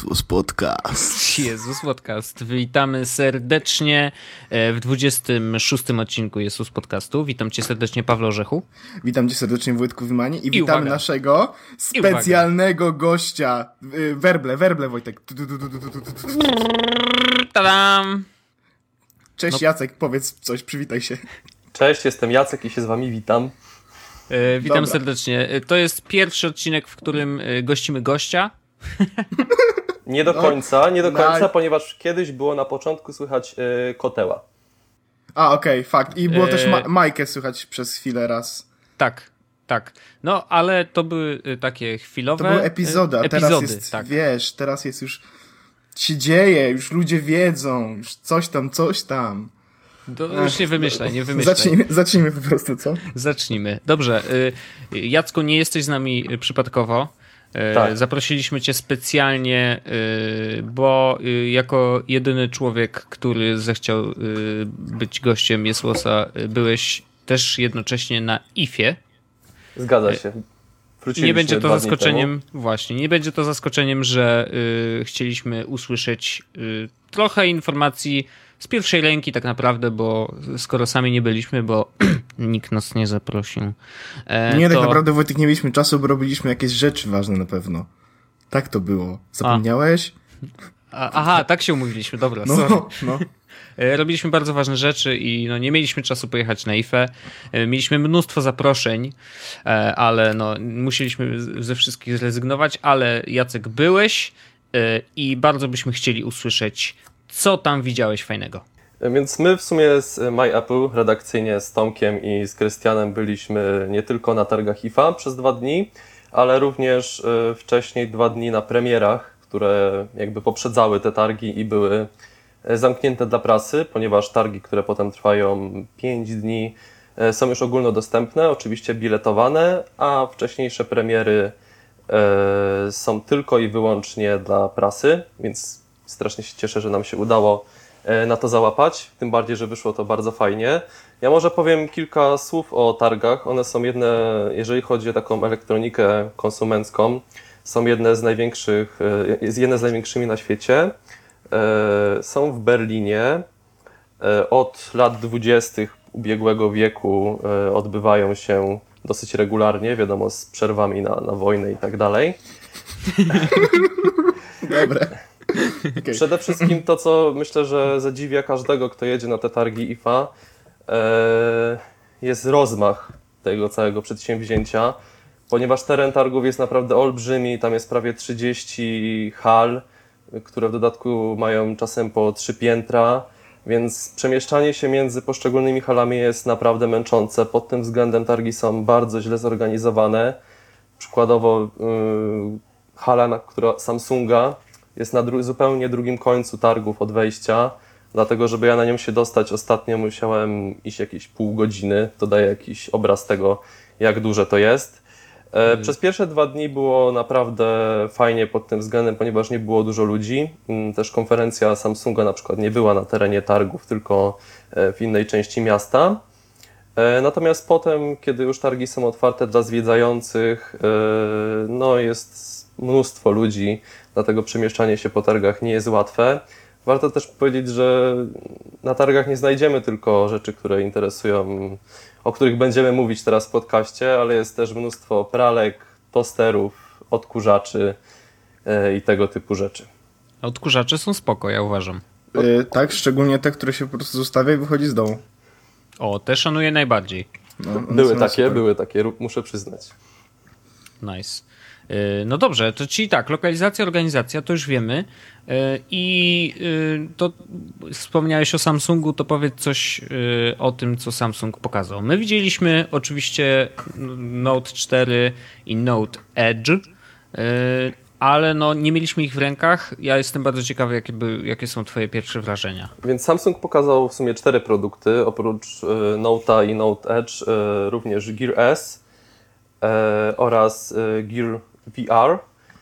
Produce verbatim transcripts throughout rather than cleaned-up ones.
Jezus Podcast. Jezus Podcast. Witamy serdecznie w dwudziestym szóstym odcinku Jezus Podcastu. Witam cię serdecznie, Pawle Orzechu. Witam cię serdecznie, Wojtku Wymanie. I, I witamy uwaga. naszego specjalnego gościa. Werble, werble, Wojtek. Tadam! Cześć No. Jacek, powiedz coś, przywitaj się. Cześć, jestem Jacek i się z wami witam. E, witam Dobra. serdecznie. E, To jest pierwszy odcinek, w którym e, gościmy gościa. Nie do No, końca, nie do końca, na- ponieważ kiedyś było na początku słychać y, koteła. A, okej, okay, fakt. I było E- też ma- Majkę słychać przez chwilę raz. Tak, tak. No, ale to były e, takie To chwilowe były epizody, a e, teraz epizody, jest, tak. wiesz, teraz jest już, się dzieje, już ludzie wiedzą, już coś tam, coś tam. To już nie wymyślaj, nie wymyślaj. Zacznijmy, zacznijmy po prostu, co? Zacznijmy. Dobrze. y, Jacku, nie jesteś z nami y, przypadkowo. Y, Tak. Zaprosiliśmy cię specjalnie, y, bo y, jako jedyny człowiek, który zechciał y, być gościem Jesłosa, y, byłeś też jednocześnie na ifie. Zgadza się. I Wróciliśmy nie będzie to dwa dni zaskoczeniem, właśnie, nie będzie to zaskoczeniem, że y, chcieliśmy usłyszeć y, trochę informacji z pierwszej ręki tak naprawdę, bo skoro sami nie byliśmy, bo nikt nas nie zaprosił. E, Nie, to... tak naprawdę, Wojtek, nie mieliśmy czasu, bo robiliśmy jakieś rzeczy ważne na pewno. Tak to było. Zapomniałeś? A, aha, tak się umówiliśmy, dobra, No, sorry. no. E, Robiliśmy bardzo ważne rzeczy i no, nie mieliśmy czasu pojechać na ifę. E, Mieliśmy mnóstwo zaproszeń, e, ale no, musieliśmy z- ze wszystkich zrezygnować, ale Jacek, byłeś e, i bardzo byśmy chcieli usłyszeć, co tam widziałeś fajnego. Więc my w sumie z MyApple redakcyjnie z Tomkiem i z Krystianem byliśmy nie tylko na targach ifa przez dwa dni, ale również y, wcześniej dwa dni na premierach, które jakby poprzedzały te targi i były y, zamknięte dla prasy, ponieważ targi, które potem trwają pięć dni, y, są już ogólnodostępne, oczywiście biletowane, a wcześniejsze premiery y, są tylko i wyłącznie dla prasy, więc strasznie się cieszę, że nam się udało e, na to załapać, tym bardziej, że wyszło to bardzo fajnie. Ja może powiem kilka słów o targach. One są jedne, jeżeli chodzi o taką elektronikę konsumencką, są jedne z największych, e, jest jedne z największymi na świecie. E, Są w Berlinie. E, Od lat dwudziestych ubiegłego wieku e, odbywają się dosyć regularnie, wiadomo, z przerwami na, na wojnę i tak dalej. Dobre. Okay. Przede wszystkim to, co myślę, że zadziwia każdego, kto jedzie na te targi ifa, e, jest rozmach tego całego przedsięwzięcia, ponieważ teren targów jest naprawdę olbrzymi, tam jest prawie trzydzieści hal, które w dodatku mają czasem po trzy piętra, więc przemieszczanie się między poszczególnymi halami jest naprawdę męczące. Pod tym względem targi są bardzo źle zorganizowane. Przykładowo yy, hala, na- która Samsunga jest na dru- zupełnie drugim końcu targów od wejścia, dlatego żeby ja na nią się dostać ostatnio musiałem iść jakieś pół godziny. To daje jakiś obraz tego, jak duże to jest. E, Przez pierwsze dwa dni było naprawdę fajnie pod tym względem, ponieważ nie było dużo ludzi. Mm, Też konferencja Samsunga na przykład nie była na terenie targów, tylko e, w innej części miasta. E, Natomiast potem, kiedy już targi są otwarte dla zwiedzających, e, no jest mnóstwo ludzi, dlatego przemieszczanie się po targach nie jest łatwe. Warto też powiedzieć, że na targach nie znajdziemy tylko rzeczy, które interesują, o których będziemy mówić teraz w podcaście, ale jest też mnóstwo pralek, tosterów, odkurzaczy e, i tego typu rzeczy. Odkurzacze są spoko, ja uważam. Y, tak, szczególnie te, które się po prostu zostawia i wychodzi z domu. O, te szanuję najbardziej. No, one Były są takie, super. były takie, muszę przyznać. Nice. Yy, No dobrze, to czyli tak, lokalizacja, organizacja, to już wiemy. Yy, I yy, to wspomniałeś o Samsungu, to powiedz coś yy, o tym, co Samsung pokazał. My widzieliśmy oczywiście Note cztery i Note Edge, yy, ale no nie mieliśmy ich w rękach. Ja jestem bardzo ciekawy, jakie, by, jakie są twoje pierwsze wrażenia. Więc Samsung pokazał w sumie cztery produkty, oprócz e, Note'a i Note Edge, e, również Gear S e, oraz e, Gear V R.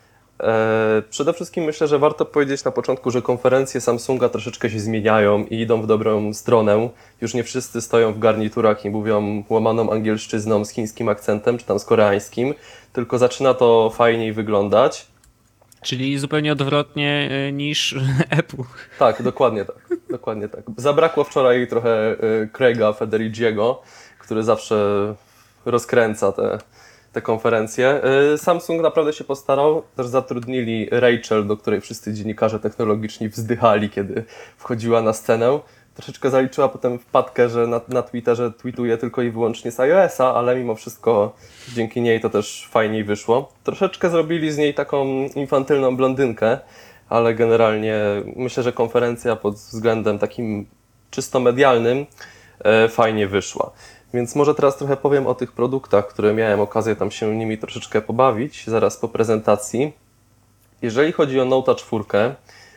E, Przede wszystkim myślę, że warto powiedzieć na początku, że konferencje Samsunga troszeczkę się zmieniają i idą w dobrą stronę. Już nie wszyscy stoją w garniturach i mówią łamaną angielszczyzną z chińskim akcentem, czy tam z koreańskim, tylko zaczyna to fajniej wyglądać. Czyli zupełnie odwrotnie y, niż Apple. Tak, dokładnie tak. Dokładnie tak. Zabrakło wczoraj trochę y, Craiga Federighiego, który zawsze rozkręca te, te konferencje. Y, Samsung naprawdę się postarał. Też zatrudnili Rachel, do której wszyscy dziennikarze technologiczni wzdychali, kiedy wchodziła na scenę. Troszeczkę zaliczyła potem wpadkę, że na, na Twitterze tweetuje tylko i wyłącznie z iOS-a, ale mimo wszystko dzięki niej to też fajniej wyszło. Troszeczkę zrobili z niej taką infantylną blondynkę, ale generalnie myślę, że konferencja pod względem takim czysto medialnym e, fajnie wyszła. Więc może teraz trochę powiem o tych produktach, które miałem okazję tam się nimi troszeczkę pobawić zaraz po prezentacji. Jeżeli chodzi o Note'a cztery,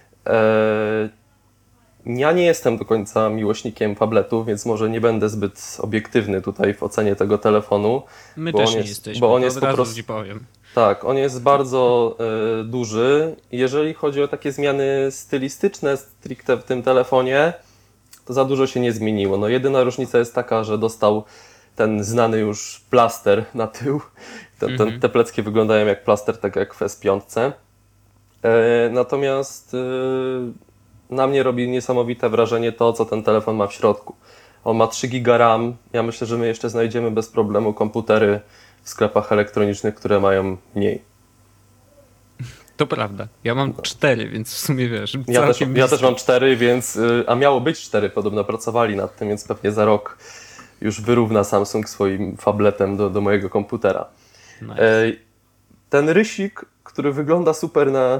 e, ja nie jestem do końca miłośnikiem tabletów, więc może nie będę zbyt obiektywny tutaj w ocenie tego telefonu. My bo też on nie jest, jesteśmy, bo on to jest od po razu prostu ci powiem. Tak, on jest bardzo y, duży. Jeżeli chodzi o takie zmiany stylistyczne stricte w tym telefonie, to za dużo się nie zmieniło. No, jedyna różnica jest taka, że dostał ten znany już plaster na tył. Te, te, Mhm. te plecki wyglądają jak plaster, tak jak w S pięć. E, natomiast e, na mnie robi niesamowite wrażenie to, co ten telefon ma w środku. On ma trzy giga RAM. Ja myślę, że my jeszcze znajdziemy bez problemu komputery w sklepach elektronicznych, które mają mniej. To prawda. Ja mam cztery, więc w sumie wiesz. Ja też, całkiem ja też blisko. mam cztery, więc, y, a miało być cztery, podobno pracowali nad tym, więc pewnie za rok już wyrówna Samsung swoim fabletem do, do mojego komputera. Nice. E, Ten rysik, który wygląda super na, e,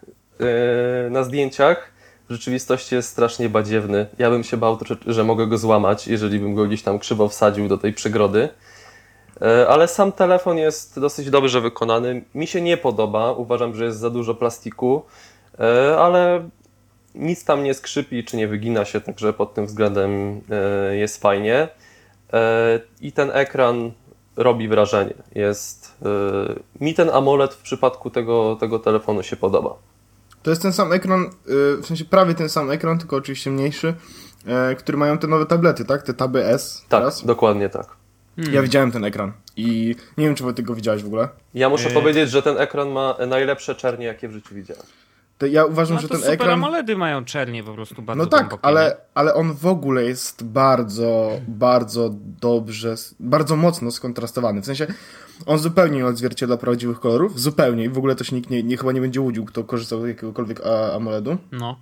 na zdjęciach, w rzeczywistości jest strasznie badziewny. Ja bym się bał, że mogę go złamać, jeżeli bym go gdzieś tam krzywo wsadził do tej przegrody. E, Ale sam telefon jest dosyć dobrze wykonany. Mi się nie podoba, uważam, że jest za dużo plastiku, e, ale nic tam nie skrzypi czy nie wygina się, także pod tym względem e, jest fajnie. E, I ten ekran robi wrażenie. Jest, e, mi ten AMOLED w przypadku tego, tego telefonu się podoba. To jest ten sam ekran, y, w sensie prawie ten sam ekran, tylko oczywiście mniejszy, y, który mają te nowe tablety, tak? Te Taby S Tak, teraz. dokładnie tak. Ja widziałem ten ekran i nie wiem, czy ty go widziałeś w ogóle. Ja muszę E. powiedzieć, że ten ekran ma najlepsze czernie, jakie w życiu widziałem. To ja uważam, No że to ten super ekran... AMOLEDy mają czernie po prostu bardzo No tak, głębokie, ale, ale on w ogóle jest bardzo, bardzo dobrze, bardzo mocno skontrastowany. W sensie, on zupełnie nie odzwierciedla prawdziwych kolorów, zupełnie. I w ogóle to się nikt nie, nie, chyba nie będzie łudził, kto korzystał z jakiegokolwiek a, AMOLEDu. No.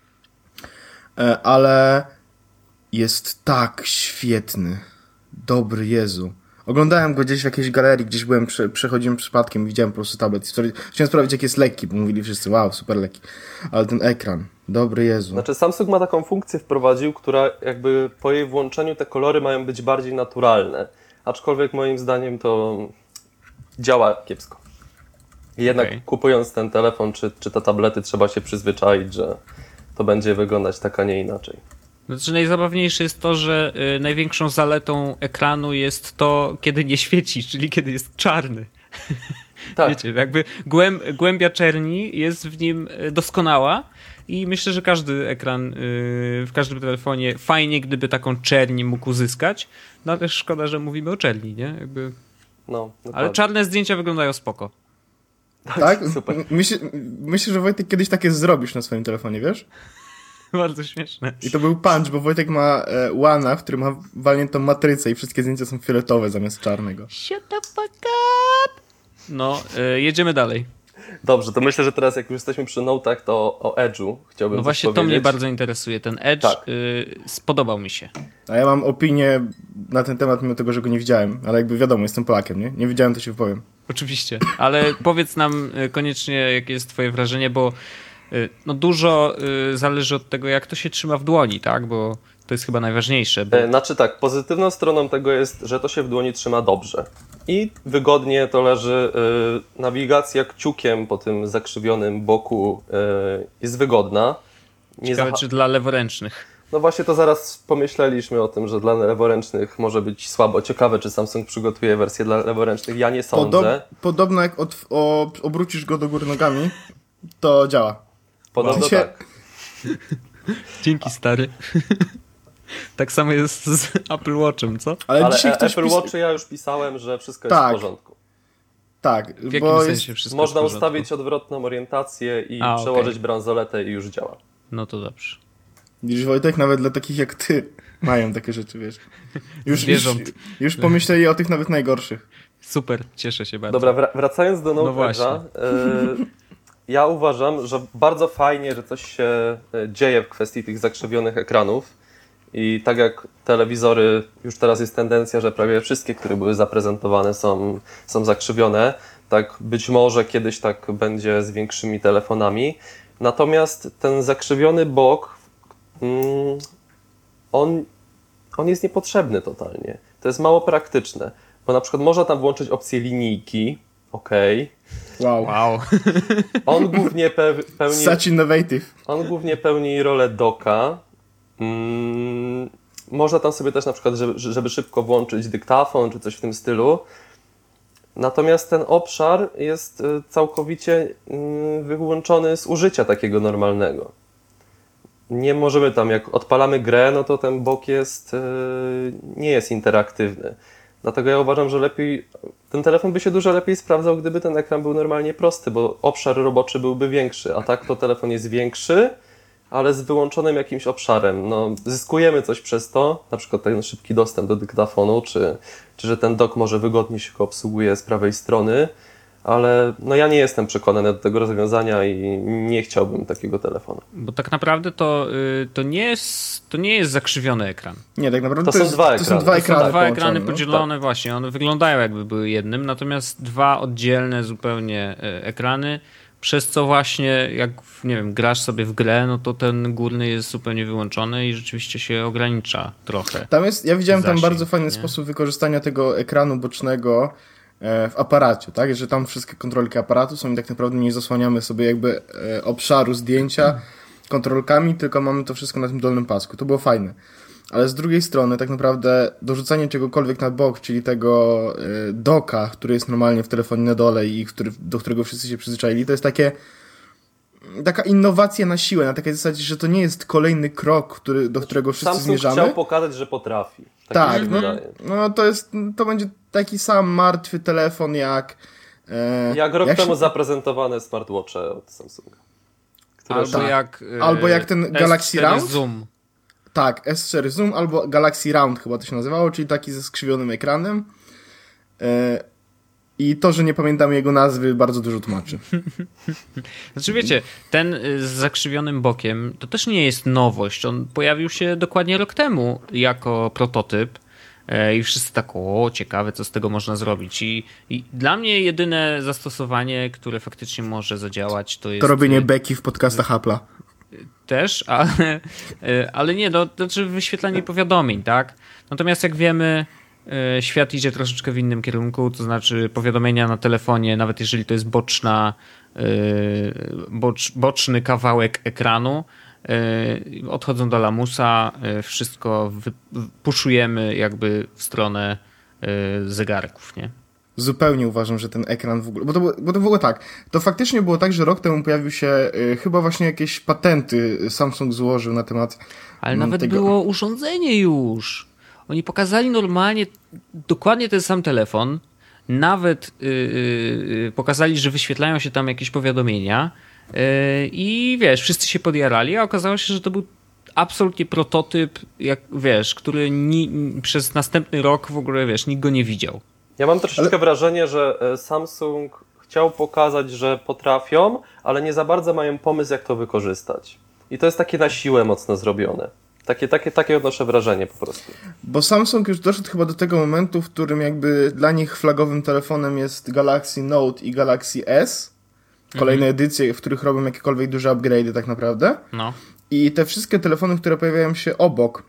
E, ale jest tak świetny. Dobry Jezu. Oglądałem go gdzieś w jakiejś galerii, gdzieś byłem, prze, przechodziłem przypadkiem, widziałem po prostu tablet. Chciałem sprawdzić, jak jest lekki, bo mówili wszyscy, wow, super lekki. Ale ten ekran, dobry Jezu. Znaczy Samsung ma taką funkcję wprowadził, która jakby po jej włączeniu te kolory mają być bardziej naturalne. Aczkolwiek moim zdaniem to działa kiepsko. I jednak Okej. kupując ten telefon czy, czy te tablety trzeba się przyzwyczaić, że to będzie wyglądać tak, a nie inaczej. Znaczy najzabawniejsze jest to, że y, największą zaletą ekranu jest to, kiedy nie świeci, czyli kiedy jest czarny. Tak. Wiecie, jakby głęb, głębia czerni jest w nim y, doskonała i myślę, że każdy ekran y, w każdym telefonie fajnie, gdyby taką czerni mógł uzyskać. No ale też szkoda, że mówimy o czerni, nie? Jakby... No, Ale dokładnie. czarne zdjęcia wyglądają spoko. Tak? Super. M- Myślę, myślę, że Wojtek kiedyś takie zrobisz na swoim telefonie, wiesz? Bardzo śmieszne. I to był punch, bo Wojtek ma e, łana, w którym ma walniętą matrycę i wszystkie zdjęcia są fioletowe zamiast czarnego. Shut the fuck up! No, y, jedziemy dalej. Dobrze, to myślę, że teraz jak już jesteśmy przy notach, to o Edge'u chciałbym No coś właśnie to powiedzieć. mnie bardzo interesuje. Ten Edge Tak. y, spodobał mi się. A ja mam opinię na ten temat, mimo tego, że go nie widziałem. Ale jakby wiadomo, jestem Polakiem, nie? Nie widziałem, to się wypowiem. Oczywiście, ale powiedz nam y, koniecznie, jakie jest twoje wrażenie, bo y, no dużo y, zależy od tego, jak to się trzyma w dłoni, tak? Bo to jest chyba najważniejsze. Bo... E, Znaczy tak, pozytywną stroną tego jest, że to się w dłoni trzyma dobrze. I wygodnie to leży. y, Nawigacja kciukiem po tym zakrzywionym boku y, jest wygodna. Nie Ciekawe, zaha- czy dla leworęcznych. No właśnie to zaraz pomyśleliśmy o tym, że dla leworęcznych może być słabo. Ciekawe, czy Samsung przygotuje wersję dla leworęcznych. Ja nie sądzę. Podob, podobno jak od, o, obrócisz go do góry nogami, to działa. Podobno Się- tak. Dzięki, stary. Tak samo jest z Apple Watchem, co? Ale, Ale dzisiaj e- ktoś Apple pis... Watch ja już pisałem, że wszystko jest Tak. w porządku. Tak, W jakim bo sensie jest, wszystko Można w porządku? ustawić odwrotną orientację i A, przełożyć okej. bransoletę i już działa. No to dobrze. widzisz, Wojtek, nawet dla takich jak ty mają takie rzeczy, wiesz. Już, już, Zwierząt. już pomyśleli o tych nawet najgorszych. Super, cieszę się bardzo. Dobra, wra- wracając do No No właśnie. y, ja uważam, że bardzo fajnie, że coś się y, dzieje w kwestii tych zakrzywionych ekranów. I tak jak telewizory, już teraz jest tendencja, że prawie wszystkie, które były zaprezentowane są, są zakrzywione. Tak być może kiedyś tak będzie z większymi telefonami. Natomiast ten zakrzywiony bok, mm, on, on jest niepotrzebny totalnie. To jest mało praktyczne, bo na przykład można tam włączyć opcję linijki, okej. Wow. Wow. On głównie pe- pełni... Such innovative. On głównie pełni rolę doka. Mm, można tam sobie też na przykład, żeby, żeby szybko włączyć dyktafon czy coś w tym stylu. Natomiast ten obszar jest y, całkowicie y, wyłączony z użycia takiego normalnego. Nie możemy tam, jak odpalamy grę, no to ten bok jest, y, nie jest interaktywny. Dlatego ja uważam, że lepiej, ten telefon by się dużo lepiej sprawdzał, gdyby ten ekran był normalnie prosty, bo obszar roboczy byłby większy, a tak to telefon jest większy, ale z wyłączonym jakimś obszarem. No, zyskujemy coś przez to, na przykład ten szybki dostęp do dyktafonu, czy, czy że ten dock może wygodnie się go obsługuje z prawej strony, ale no ja nie jestem przekonany do tego rozwiązania i nie chciałbym takiego telefonu. Bo tak naprawdę to, y, to, nie jest, to nie jest zakrzywiony ekran. Nie, tak naprawdę To to, są jest, dwa to są ekrany. dwa To są ekrany Dwa połączone, ekrany no. podzielone, właśnie, one wyglądają jakby były jednym, natomiast dwa oddzielne zupełnie y, ekrany, przez co właśnie jak, nie wiem, grasz sobie w grę, no to ten górny jest zupełnie wyłączony i rzeczywiście się ogranicza trochę. Tam jest, ja widziałem tam Zasięg, bardzo fajny nie? sposób wykorzystania tego ekranu bocznego e, w aparacie, tak? Że tam wszystkie kontrolki aparatu są i tak naprawdę nie zasłaniamy sobie jakby e, obszaru zdjęcia kontrolkami, tylko mamy to wszystko na tym dolnym pasku. To było fajne. Ale z drugiej strony tak naprawdę dorzucanie czegokolwiek na bok, czyli tego e, doka, który jest normalnie w telefonie na dole i który, do którego wszyscy się przyzwyczaili, to jest takie taka innowacja na siłę, na takiej zasadzie, że to nie jest kolejny krok, który, do którego wszyscy Samsung zmierzamy. chciał pokazać, że potrafi. Tak, Tak, mi się no, wydaje. no to jest, to będzie taki sam martwy telefon jak... E, Jak rok jak temu się- zaprezentowane smartwatche od Samsunga. Które Albo tak. jak, y, Albo jak ten Galaxy S cztery Round? Zoom. Tak, S cztery Zoom albo Galaxy Round chyba to się nazywało, czyli taki ze skrzywionym ekranem. E, I to, że nie pamiętam jego nazwy, bardzo dużo tłumaczy. Znaczy wiecie, ten y, z zakrzywionym bokiem to też nie jest nowość. On pojawił się dokładnie rok temu jako prototyp e, i wszyscy tak, o ciekawe co z tego można zrobić. I, i dla mnie jedyne zastosowanie, które faktycznie może zadziałać to jest... To robienie y, beki w podcastach Apple'a. też, ale, ale nie, no, to znaczy wyświetlanie powiadomień, tak? Natomiast jak wiemy, e, świat idzie troszeczkę w innym kierunku, to znaczy powiadomienia na telefonie, nawet jeżeli to jest boczna, e, bocz, boczny kawałek ekranu, e, odchodzą do lamusa, e, wszystko wy, puszujemy jakby w stronę e, zegarków, nie? Zupełnie uważam, że ten ekran w ogóle... Bo to, było, bo to było tak. To faktycznie było tak, że rok temu pojawił się y, chyba właśnie jakieś patenty Samsung złożył na temat Ale mm, nawet tego... było urządzenie już. Oni pokazali normalnie dokładnie ten sam telefon. Nawet yy, yy, pokazali, że wyświetlają się tam jakieś powiadomienia. Yy, I wiesz, wszyscy się podjarali, a okazało się, że to był absolutnie prototyp, jak wiesz, który ni, przez następny rok w ogóle, wiesz, nikt go nie widział. Ja mam troszeczkę wrażenie, że e, Samsung chciał pokazać, że potrafią, ale nie za bardzo mają pomysł, jak to wykorzystać. I to jest takie na siłę mocno zrobione. Takie, takie, takie odnoszę wrażenie po prostu. Bo Samsung już doszedł chyba do tego momentu, w którym jakby dla nich flagowym telefonem jest Galaxy Note i Galaxy S. Kolejne mhm. edycje, w których robią jakiekolwiek duże upgrade'y tak naprawdę. No. I te wszystkie telefony, które pojawiają się obok,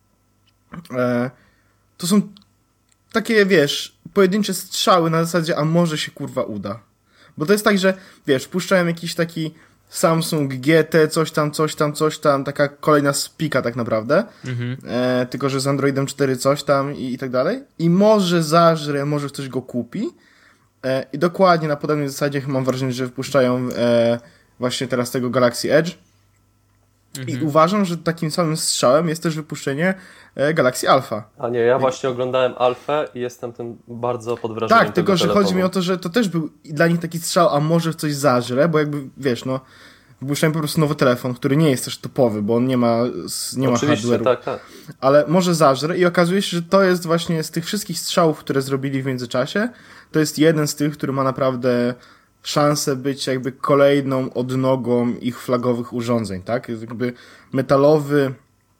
e, to są takie, wiesz, pojedyncze strzały na zasadzie, a może się kurwa uda. Bo to jest tak, że wiesz, puszczają jakiś taki Samsung G T, coś tam, coś tam, coś tam, taka kolejna spika tak naprawdę, Mhm. e, tylko że z Androidem cztery coś tam i, i tak dalej. I może zażre, może ktoś go kupi. E, I dokładnie na podobnej zasadzie mam wrażenie, że wypuszczają e, właśnie teraz tego Galaxy Edge. I uważam, że takim samym strzałem jest też wypuszczenie e, Galaxy Alpha. A nie, ja właśnie oglądałem Alfę i jestem tym bardzo pod wrażeniem. Tak, tylko że telefonu. chodzi mi o to, że to też był dla nich taki strzał, a może w coś zażre, bo jakby, wiesz, no, wypuszczałem po prostu nowy telefon, który nie jest też topowy, bo on nie ma, nie ma Oczywiście, hardware'u. tak, tak. Ale może zażre i okazuje się, że to jest właśnie z tych wszystkich strzałów, które zrobili w międzyczasie, to jest jeden z tych, który ma naprawdę szansę być jakby kolejną odnogą ich flagowych urządzeń, tak? Jest jakby metalowy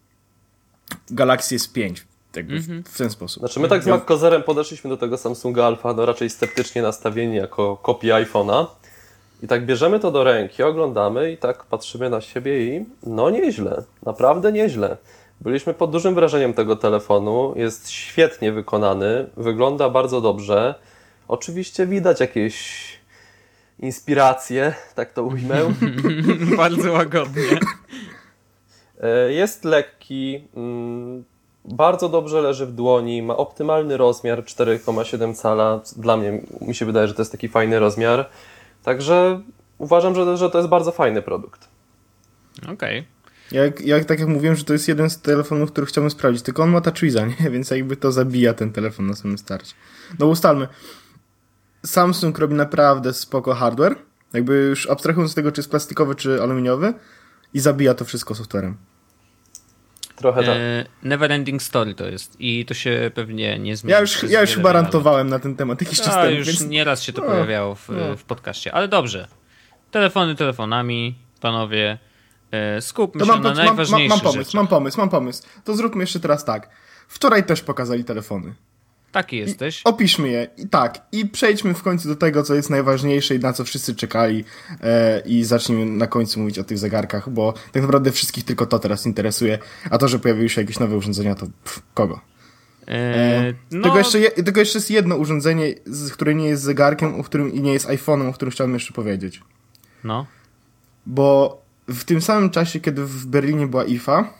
Galaxy S pięć, jakby Mhm. w, w ten sposób. Znaczy my tak z MacCozerem podeszliśmy do tego Samsunga Alpha, no raczej sceptycznie nastawieni jako kopię iPhone'a. I tak bierzemy to do ręki, oglądamy i tak patrzymy na siebie i no nieźle, naprawdę nieźle. Byliśmy pod dużym wrażeniem tego telefonu, jest świetnie wykonany, wygląda bardzo dobrze. Oczywiście widać jakieś inspiracje, tak to ujmę. Bardzo łagodnie. E, Jest lekki, mm, bardzo dobrze leży w dłoni, ma optymalny rozmiar cztery przecinek siedem cala. Dla mnie, mi się wydaje, że to jest taki fajny rozmiar. Także uważam, że, że to jest bardzo fajny produkt. Okej. Jak, jak, tak jak mówiłem, że to jest jeden z telefonów, który chciałbym sprawdzić, tylko on ma TouchWiza, nie? Więc jakby to zabija ten telefon na samym starcie. No ustalmy, Samsung robi naprawdę spoko hardware, jakby już abstrahując z tego, czy jest plastikowy, czy aluminiowy i zabija to wszystko softwarem. Trochę tak. E, Neverending Story to jest i to się pewnie nie zmieni. Ja już, przez ja już wiele, chyba wiele rantowałem na ten temat jakiś lat. czas A, temu, już więc nieraz się to No, pojawiało w, no. w podcaście, ale dobrze. Telefony telefonami, panowie. E, skupmy to się mam, na mam, mam, najważniejszych mam pomysł, rzeczach. mam pomysł, mam pomysł. To zróbmy jeszcze teraz tak. Wczoraj też pokazali telefony. Taki jesteś. Opiszmy je. I tak. I przejdźmy w końcu do tego, co jest najważniejsze i na co wszyscy czekali. E, I zacznijmy na końcu mówić o tych zegarkach, bo tak naprawdę wszystkich tylko to teraz interesuje. A to, że pojawiły się jakieś nowe urządzenia, to pff, kogo? E, E, no, tylko, jeszcze je, tylko jeszcze jest jedno urządzenie, z, które nie jest zegarkiem, o którym, i nie jest iPhone'em, o którym chciałbym jeszcze powiedzieć. no. Bo w tym samym czasie, kiedy w Berlinie była I F A,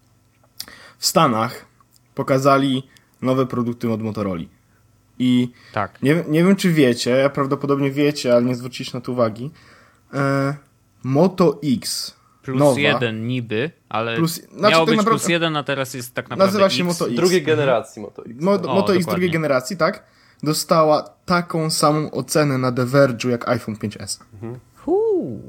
w Stanach pokazali nowe produkty od Motorola. I Tak. nie, nie wiem, czy wiecie, prawdopodobnie wiecie, ale nie zwróciliście na to uwagi. E, Moto X. Plus nowa, jeden niby, ale Plus- znaczy miało tak być naprawdę- plus jeden, a teraz jest tak naprawdę Nazywa się X. Moto X. Drugiej generacji Moto X. Mo, O, Moto X dokładnie. drugiej generacji, tak? Dostała taką samą ocenę na The Verge'u jak iPhone pięć S. Huu.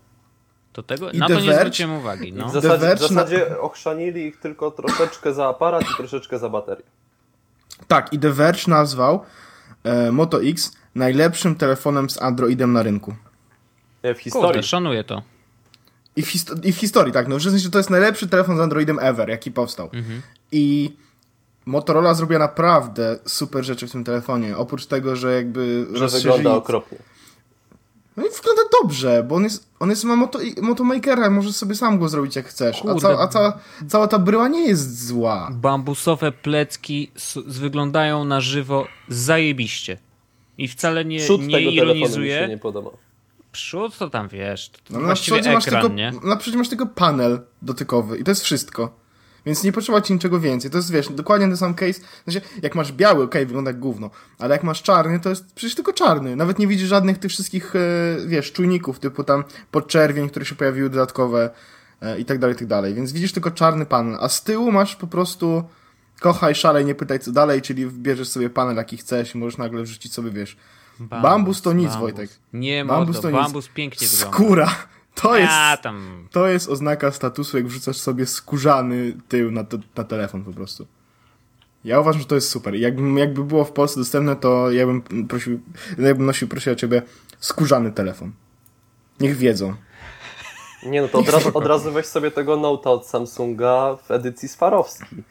To tego, I na The to nie Verge- zwróciłem uwagi. I No. w zasadzie, w Verge na- zasadzie ochrzanili ich tylko troszeczkę za aparat i troszeczkę za baterię. Tak, i The Verge nazwał e, Moto X najlepszym telefonem z Androidem na rynku. Nie, w historii. Kurde, szanuję to. I w, histo- I w historii, tak. No, w sensie, że to jest najlepszy telefon z Androidem ever, jaki powstał. Mhm. I Motorola zrobiła naprawdę super rzeczy w tym telefonie. Oprócz tego, że jakby że rozszerzyli... wygląda okropnie. No i wygląda dobrze, bo on jest, on jest ma moto, motomakera, możesz sobie sam go zrobić jak chcesz. A, Kurde. ca, a ca, cała ta bryła nie jest zła. Bambusowe plecki s- wyglądają na żywo zajebiście. I wcale nie, Przód nie tego telefonu mi się ironizuję. nie podoba. Przód to tam wiesz, to No, na właściwie przodzie masz ekran, tylko, nie? na przodzie masz tylko panel dotykowy i to jest wszystko. Więc nie potrzeba ci niczego więcej. To jest, wiesz, dokładnie ten sam case. W sensie, jak masz biały, okej, wygląda jak gówno, ale jak masz czarny, to jest przecież tylko czarny. Nawet nie widzisz żadnych tych wszystkich, e, wiesz, czujników, typu tam podczerwień, które się pojawiły dodatkowe e, i tak dalej, i tak dalej. Więc widzisz tylko czarny panel, a z tyłu masz po prostu kochaj, szalej, nie pytaj co dalej, czyli bierzesz sobie panel jaki chcesz i możesz nagle wrzucić sobie, wiesz, bambus to nic, bambus. Wojtek. Nie, Bambus bambus, to to nic. bambus pięknie wygląda. Skóra! To jest... A, tam... To jest oznaka statusu, jak wrzucasz sobie skórzany tył na, to, na telefon po prostu. Ja uważam, że to jest super. Jakby, jakby było w Polsce dostępne, to ja bym prosił, ja bym nosił, prosił o ciebie skórzany telefon. Niech wiedzą. Nie no, to od razu, od razu weź sobie tego Note'a od Samsunga w edycji Swarovski.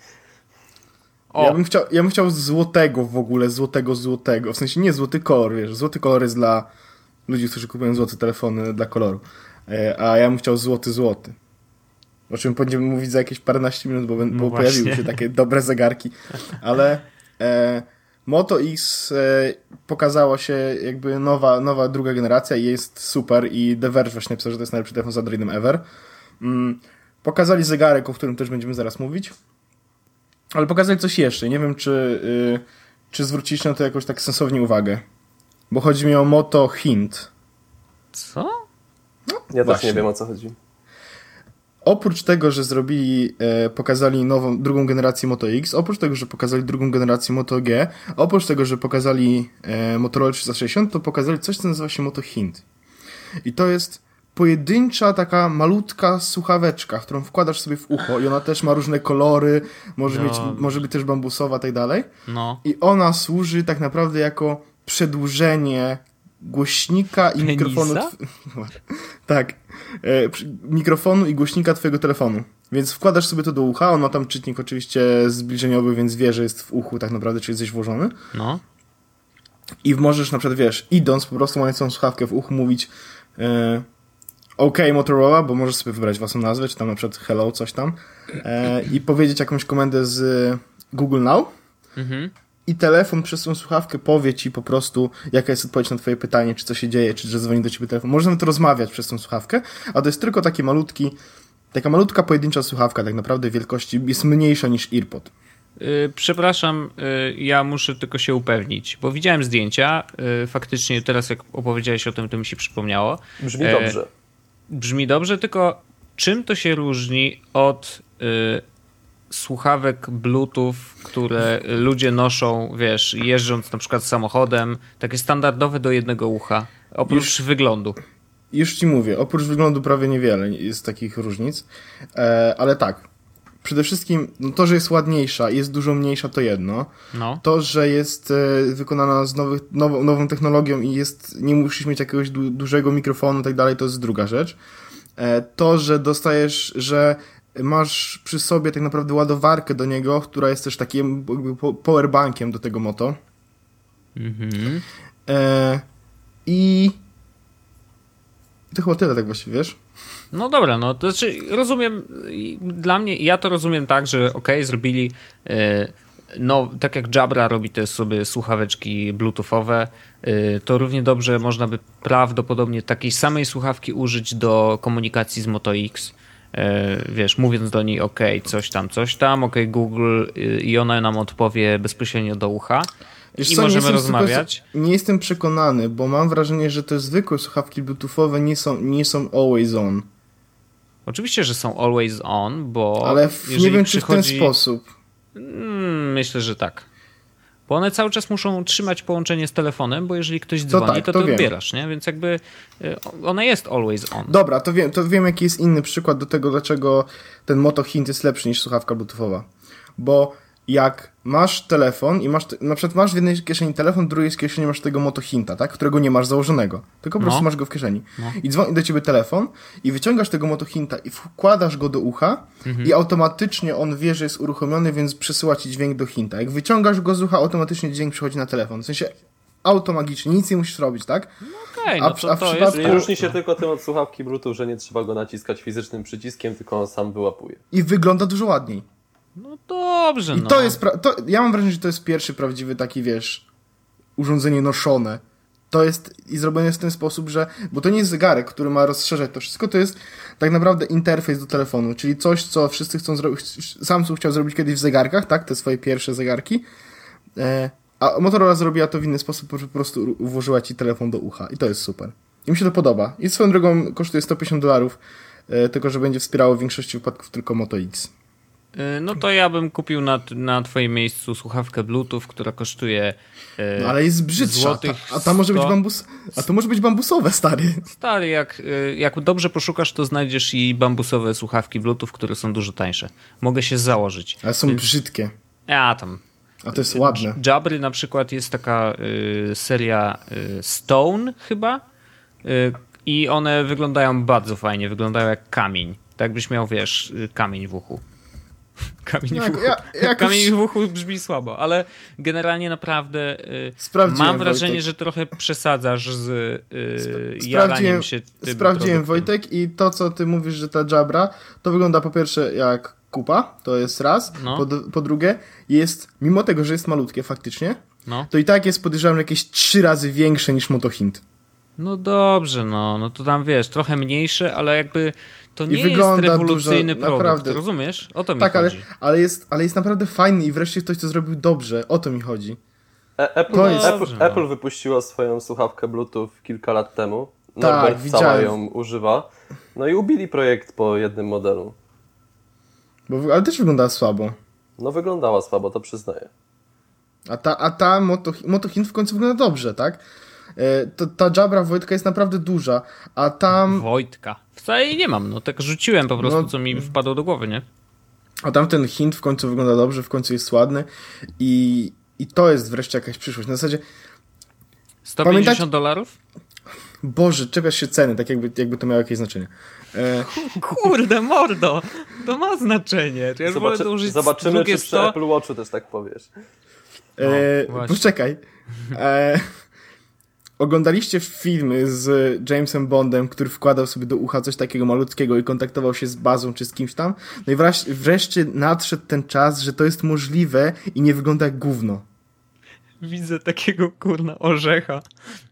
O, Ja bym, chciał, ja bym chciał złotego w ogóle, złotego, złotego. W sensie nie złoty kolor, wiesz. Złoty kolor jest dla ludzi, którzy kupują złote telefony dla koloru. E, A ja bym chciał złoty, złoty. O czym będziemy mówić za jakieś paręnaście minut, bo, No bo właśnie. pojawiły się takie dobre zegarki. Ale e, Moto X e, pokazało się jakby nowa, nowa druga generacja i jest super. I The Verge właśnie napisał, że to jest najlepszy telefon z Androidem ever. Mm, pokazali zegarek, o którym też będziemy zaraz mówić. Ale pokazali coś jeszcze. Nie wiem, czy, y, czy zwróciliście na to jakoś tak sensownie uwagę. Bo chodzi mi o Moto Hint. co? Ja Właśnie. też nie wiem, o co chodzi. oprócz tego, że zrobili, e, pokazali nową, drugą generację Moto X, oprócz tego, że pokazali drugą generację Moto G, oprócz tego, że pokazali e, Motorola trzysta sześćdziesiąt, to pokazali coś, co nazywa się Moto Hint. I to jest pojedyncza taka malutka słuchaweczka, którą wkładasz sobie w ucho i ona też ma różne kolory, może, No. mieć, może być też bambusowa i tak dalej. No. I ona służy tak naprawdę jako przedłużenie głośnika i Penisa? mikrofonu. Tw- tak. E, przy- mikrofonu i głośnika twojego telefonu. Więc wkładasz sobie to do ucha, on ma tam czytnik oczywiście zbliżeniowy, więc wie, że jest w uchu tak naprawdę, czy jesteś włożony. No. I możesz na przykład, wiesz, idąc po prostu mając tą słuchawkę w uchu mówić e, OK Motorola, bo możesz sobie wybrać własną nazwę, czy tam na przykład hello, coś tam e, i powiedzieć jakąś komendę z Google Now. Mhm. I telefon przez tą słuchawkę powie ci po prostu, jaka jest odpowiedź na twoje pytanie, czy co się dzieje, czy że dzwoni do ciebie telefon. Możemy to rozmawiać przez tą słuchawkę, a to jest tylko taki malutki, taka malutka pojedyncza słuchawka, tak naprawdę wielkości jest mniejsza niż AirPod. Yy, przepraszam, yy, ja muszę tylko się upewnić, bo widziałem zdjęcia, yy, faktycznie teraz jak opowiedziałeś o tym, to mi się przypomniało. Brzmi E, dobrze. Brzmi dobrze, tylko czym to się różni od yy, słuchawek Bluetooth, które ludzie noszą, wiesz, jeżdżąc na przykład samochodem, takie standardowe do jednego ucha, oprócz Już- wyglądu. Już ci mówię, oprócz wyglądu prawie niewiele jest takich różnic, e, ale tak, przede wszystkim no to, że jest ładniejsza i jest dużo mniejsza, to jedno. No. To, że jest e, wykonana z nowych, nową, nową technologią i jest, nie musisz mieć jakiegoś du, dużego mikrofonu i tak dalej, to jest druga rzecz. E, to, że dostajesz, że masz przy sobie tak naprawdę ładowarkę do niego, która jest też takim jakby po- powerbankiem do tego moto. Mhm. E, I i to chyba tyle tak właściwie, wiesz? No dobra, no to znaczy rozumiem, i dla mnie, ja to rozumiem tak, że okej, zrobili, e, no tak jak Jabra robi te sobie słuchaweczki bluetoothowe, e, to równie dobrze można by prawdopodobnie takiej samej słuchawki użyć do komunikacji z Moto X. E, wiesz, mówiąc do niej ok, coś tam, coś tam, ok Google y, i ona nam odpowie bezpośrednio do ucha. Wiesz I co, nie możemy jestem rozmawiać. Super, nie jestem przekonany, bo mam wrażenie, że te zwykłe słuchawki bluetoothowe nie są, nie są always on. Oczywiście, że są always on, bo Ale w, nie jeżeli wiem, czy w ten przychodzi- sposób. Mm, myślę, że tak. Bo one cały czas muszą trzymać połączenie z telefonem, bo jeżeli ktoś dzwoni, tak, to to ty wiem. odbierasz, nie? Więc jakby y, ona jest always on. Dobra, to wiem, to wiem, jaki jest inny przykład do tego, dlaczego ten Moto Hint jest lepszy niż słuchawka bluetoothowa. Bo jak masz telefon i masz, te, na przykład masz w jednej kieszeni telefon, w drugiej kieszeni masz tego Moto Hinta, tak? Którego nie masz założonego, tylko po No. prostu masz go w kieszeni. No. I dzwoni do ciebie telefon i wyciągasz tego Moto Hinta i wkładasz go do ucha Mhm. i automatycznie on wie, że jest uruchomiony, więc przesyła ci dźwięk do Hinta. Jak wyciągasz go z ucha, automatycznie dźwięk przychodzi na telefon. W sensie automagicznie, nic nie musisz robić, tak? Okej, a no w- to, a w to przypadku- jest... Czyli różni się tylko tym od słuchawki Bluetooth, że nie trzeba go naciskać fizycznym przyciskiem, tylko on sam wyłapuje. I wygląda dużo ładniej. No dobrze, I no. to jest, pra- to, ja mam wrażenie, że to jest pierwszy prawdziwy taki, wiesz, urządzenie noszone. To jest i zrobione w ten sposób, że, bo to nie jest zegarek, który ma rozszerzać to wszystko, to jest tak naprawdę interfejs do telefonu, czyli coś, co wszyscy chcą zrobić, Samsung chciał zrobić kiedyś w zegarkach, tak, te swoje pierwsze zegarki, e, a Motorola zrobiła to w inny sposób, że po prostu włożyła ci telefon do ucha i to jest super. I mi się to podoba. I swoją drogą kosztuje sto pięćdziesiąt dolarów, e, tylko że będzie wspierało w większości wypadków tylko Moto X. Y, No to ja bym kupił na, na twoim miejscu słuchawkę Bluetooth, która kosztuje y, No ale jest brzydsza, złotych ta, a ta może być sto. bambus, a to może być bambusowe, stary. Stary, jak, y, jak dobrze poszukasz, to znajdziesz i bambusowe słuchawki Bluetooth, które są dużo tańsze. Mogę się założyć. Ale są brzydkie, Ja tam. a to jest ładne. Jabry na przykład jest taka y, seria y, Stone chyba y, i one wyglądają bardzo fajnie, wyglądają jak kamień. Tak byś miał, wiesz, y, kamień w uchu. Kamień No, w uchu. ja- jakoś- Kamień w uchu brzmi słabo, ale generalnie naprawdę y, Sprawdziłem, mam wrażenie, Wojtek. że trochę przesadzasz z y, Sprawdziłem, jaraniem się tym sprawdziłem produktem. Wojtek, i to, co ty mówisz, że ta Jabra, to wygląda po pierwsze jak kupa, to jest raz, No. po, po drugie jest, mimo tego, że jest malutkie faktycznie, No. to i tak jest, podejrzewam, jakieś trzy razy większe niż Moto Hint. No dobrze, no, no to tam wiesz, trochę mniejsze, ale jakby to nie jest wygląda rewolucyjny dużo, produkt, naprawdę. rozumiesz? O to mi Tak, ale, chodzi. ale, jest, ale jest naprawdę fajny i wreszcie ktoś to zrobił dobrze, o to mi chodzi. E- Apple, To jest- Apple, Dobrze, no. Apple wypuściło swoją słuchawkę Bluetooth kilka lat temu. Norbert Tak, cała widziałem. ją używa. No i ubili projekt po jednym modelu. Bo, ale też wyglądała słabo. No wyglądała słabo, to przyznaję. A ta, a ta Moto, Moto Hind w końcu wygląda dobrze, tak? E, to, ta Jabra Wojtka jest naprawdę duża, a tam, Wojtka. Wcale jej nie mam, no tak rzuciłem po prostu, No. co mi wpadło do głowy, nie? a tam ten Hind w końcu wygląda dobrze, w końcu jest ładny i, i to jest wreszcie jakaś przyszłość. Na zasadzie, sto pięćdziesiąt dolarów? Boże, czepiasz się ceny, tak jakby, jakby to miało jakieś znaczenie. E, Kurde, mordo! To ma znaczenie. To ja wolę Zobaczy, dołożyć zobaczymy, drugie czy przy sto. Apple Watchu też tak powiesz. e, No, właśnie. poczekaj. E, oglądaliście filmy z Jamesem Bondem, który wkładał sobie do ucha coś takiego malutkiego i kontaktował się z bazą czy z kimś tam? No i wreszcie, wreszcie nadszedł ten czas, że to jest możliwe i nie wygląda jak gówno. Widzę takiego kurna orzecha.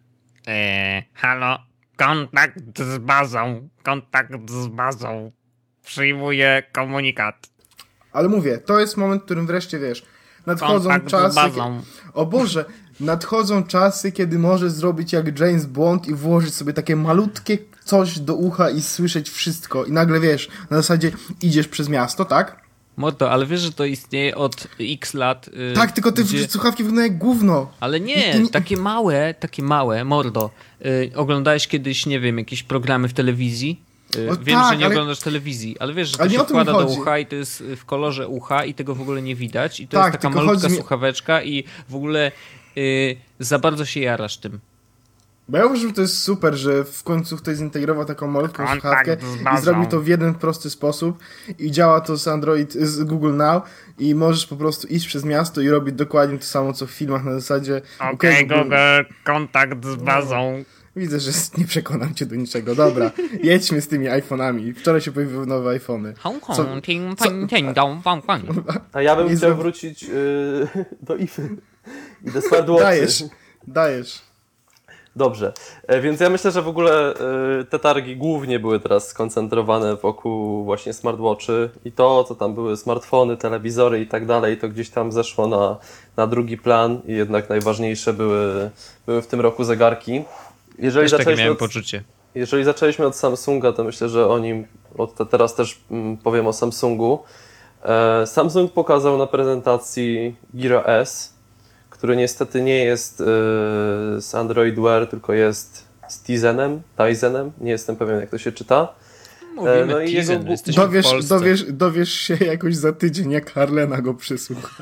Eee, halo, kontakt z bazą, kontakt z bazą. Przyjmuję komunikat. Ale mówię, to jest moment, w którym wreszcie, wiesz, nadchodzą Kontakt z czasy... bazą. O Boże, nadchodzą czasy, kiedy możesz zrobić jak James Bond i włożyć sobie takie malutkie coś do ucha i słyszeć wszystko. I nagle, wiesz, na zasadzie idziesz przez miasto, tak? Mordo, ale wiesz, że to istnieje od x lat. Yy, Tak, tylko te gdzie... słuchawki wyglądają jak gówno. Ale I- nie, i nie- takie małe, takie małe, mordo. Yy, oglądałeś kiedyś, nie wiem, jakieś programy w telewizji? Yy, O wiem, tak, że nie ale- oglądasz telewizji, ale wiesz, że to Ale nie się o to mi wkłada do chodzi. ucha i to jest w kolorze ucha i tego w ogóle nie widać. I to Tak, jest taka tylko malutka chodzi mi- słuchaweczka i w ogóle yy, za bardzo się jarasz tym. Bo ja uważam, że to jest super, że w końcu ktoś zintegrował taką malutką Kontakt słuchawkę z i bazą. zrobił to w jeden prosty sposób i działa to z Android, z Google Now i możesz po prostu iść przez miasto i robić dokładnie to samo, co w filmach na zasadzie... Okej, okej, Google, kontakt z bazą. Widzę, że nie przekonam cię do niczego. Dobra, jedźmy z tymi iPhone'ami. Wczoraj się pojawiły nowe iPhony. Hong Co- Kong, ting, ping, ting, dong, wang, wang. A ja bym Nie chciał zro- wrócić yy, do ify i do smartwatchy. Dajesz, dajesz. Dobrze, e, więc ja myślę, że w ogóle e, te targi głównie były teraz skoncentrowane wokół właśnie smartwatchy i to, co tam były smartfony, telewizory i tak dalej, to gdzieś tam zeszło na, na drugi plan i jednak najważniejsze były, były w tym roku zegarki. Jeżeli Też takie zaczęliśmy, miałem od, poczucie. jeżeli zaczęliśmy od Samsunga, to myślę, że o nim od te, teraz też mm, powiem o Samsungu. E, Samsung pokazał na prezentacji Gear S, który niestety nie jest yy, z Android Wear, tylko jest z Tizenem, Tizenem, nie jestem pewien jak to się czyta. Mówimy no i Tizen, jego- jesteśmy w Dowiesz, Polsce. dowiesz, dowiesz się jakoś za tydzień, jak Harlena go przysłucha.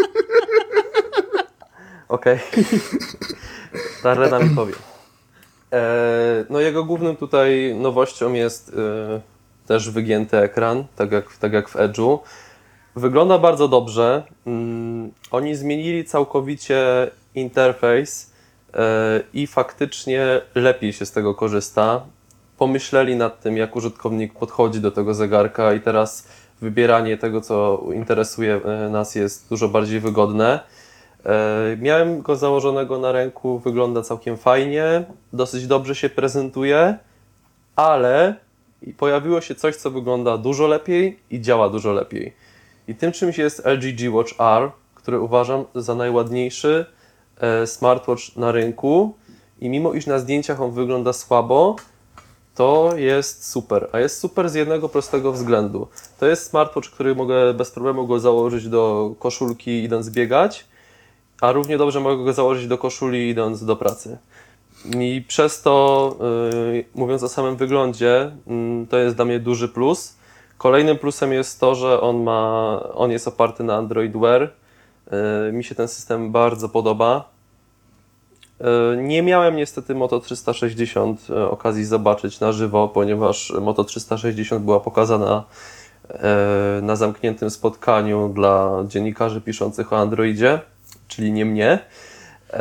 Okej. Darlena mi powie. E, no jego głównym tutaj nowością jest e, też wygięty ekran, tak jak, tak jak w Edge'u. Wygląda bardzo dobrze. Mm, oni zmienili całkowicie interfejs e, i faktycznie lepiej się z tego korzysta. Pomyśleli nad tym, jak użytkownik podchodzi do tego zegarka i teraz wybieranie tego, co interesuje e, nas, jest dużo bardziej wygodne. E, Miałem go założonego na ręku, wygląda całkiem fajnie, dosyć dobrze się prezentuje, ale pojawiło się coś, co wygląda dużo lepiej i działa dużo lepiej. I tym czymś jest L G G Watch R, który uważam za najładniejszy e, smartwatch na rynku i mimo iż na zdjęciach on wygląda słabo, to jest super. A jest super z jednego prostego względu. To jest smartwatch, który mogę bez problemu go założyć do koszulki idąc biegać, a równie dobrze mogę go założyć do koszuli idąc do pracy. I przez to, yy, mówiąc o samym wyglądzie, yy, to jest dla mnie duży plus. Kolejnym plusem jest to, że on ma, on jest oparty na Android Wear. Yy, mi się ten system bardzo podoba. Yy, nie miałem niestety Moto trzysta sześćdziesiąt yy, okazji zobaczyć na żywo, ponieważ Moto trzysta sześćdziesiąt była pokazana yy, na zamkniętym spotkaniu dla dziennikarzy piszących o Androidzie, czyli nie mnie. Yy,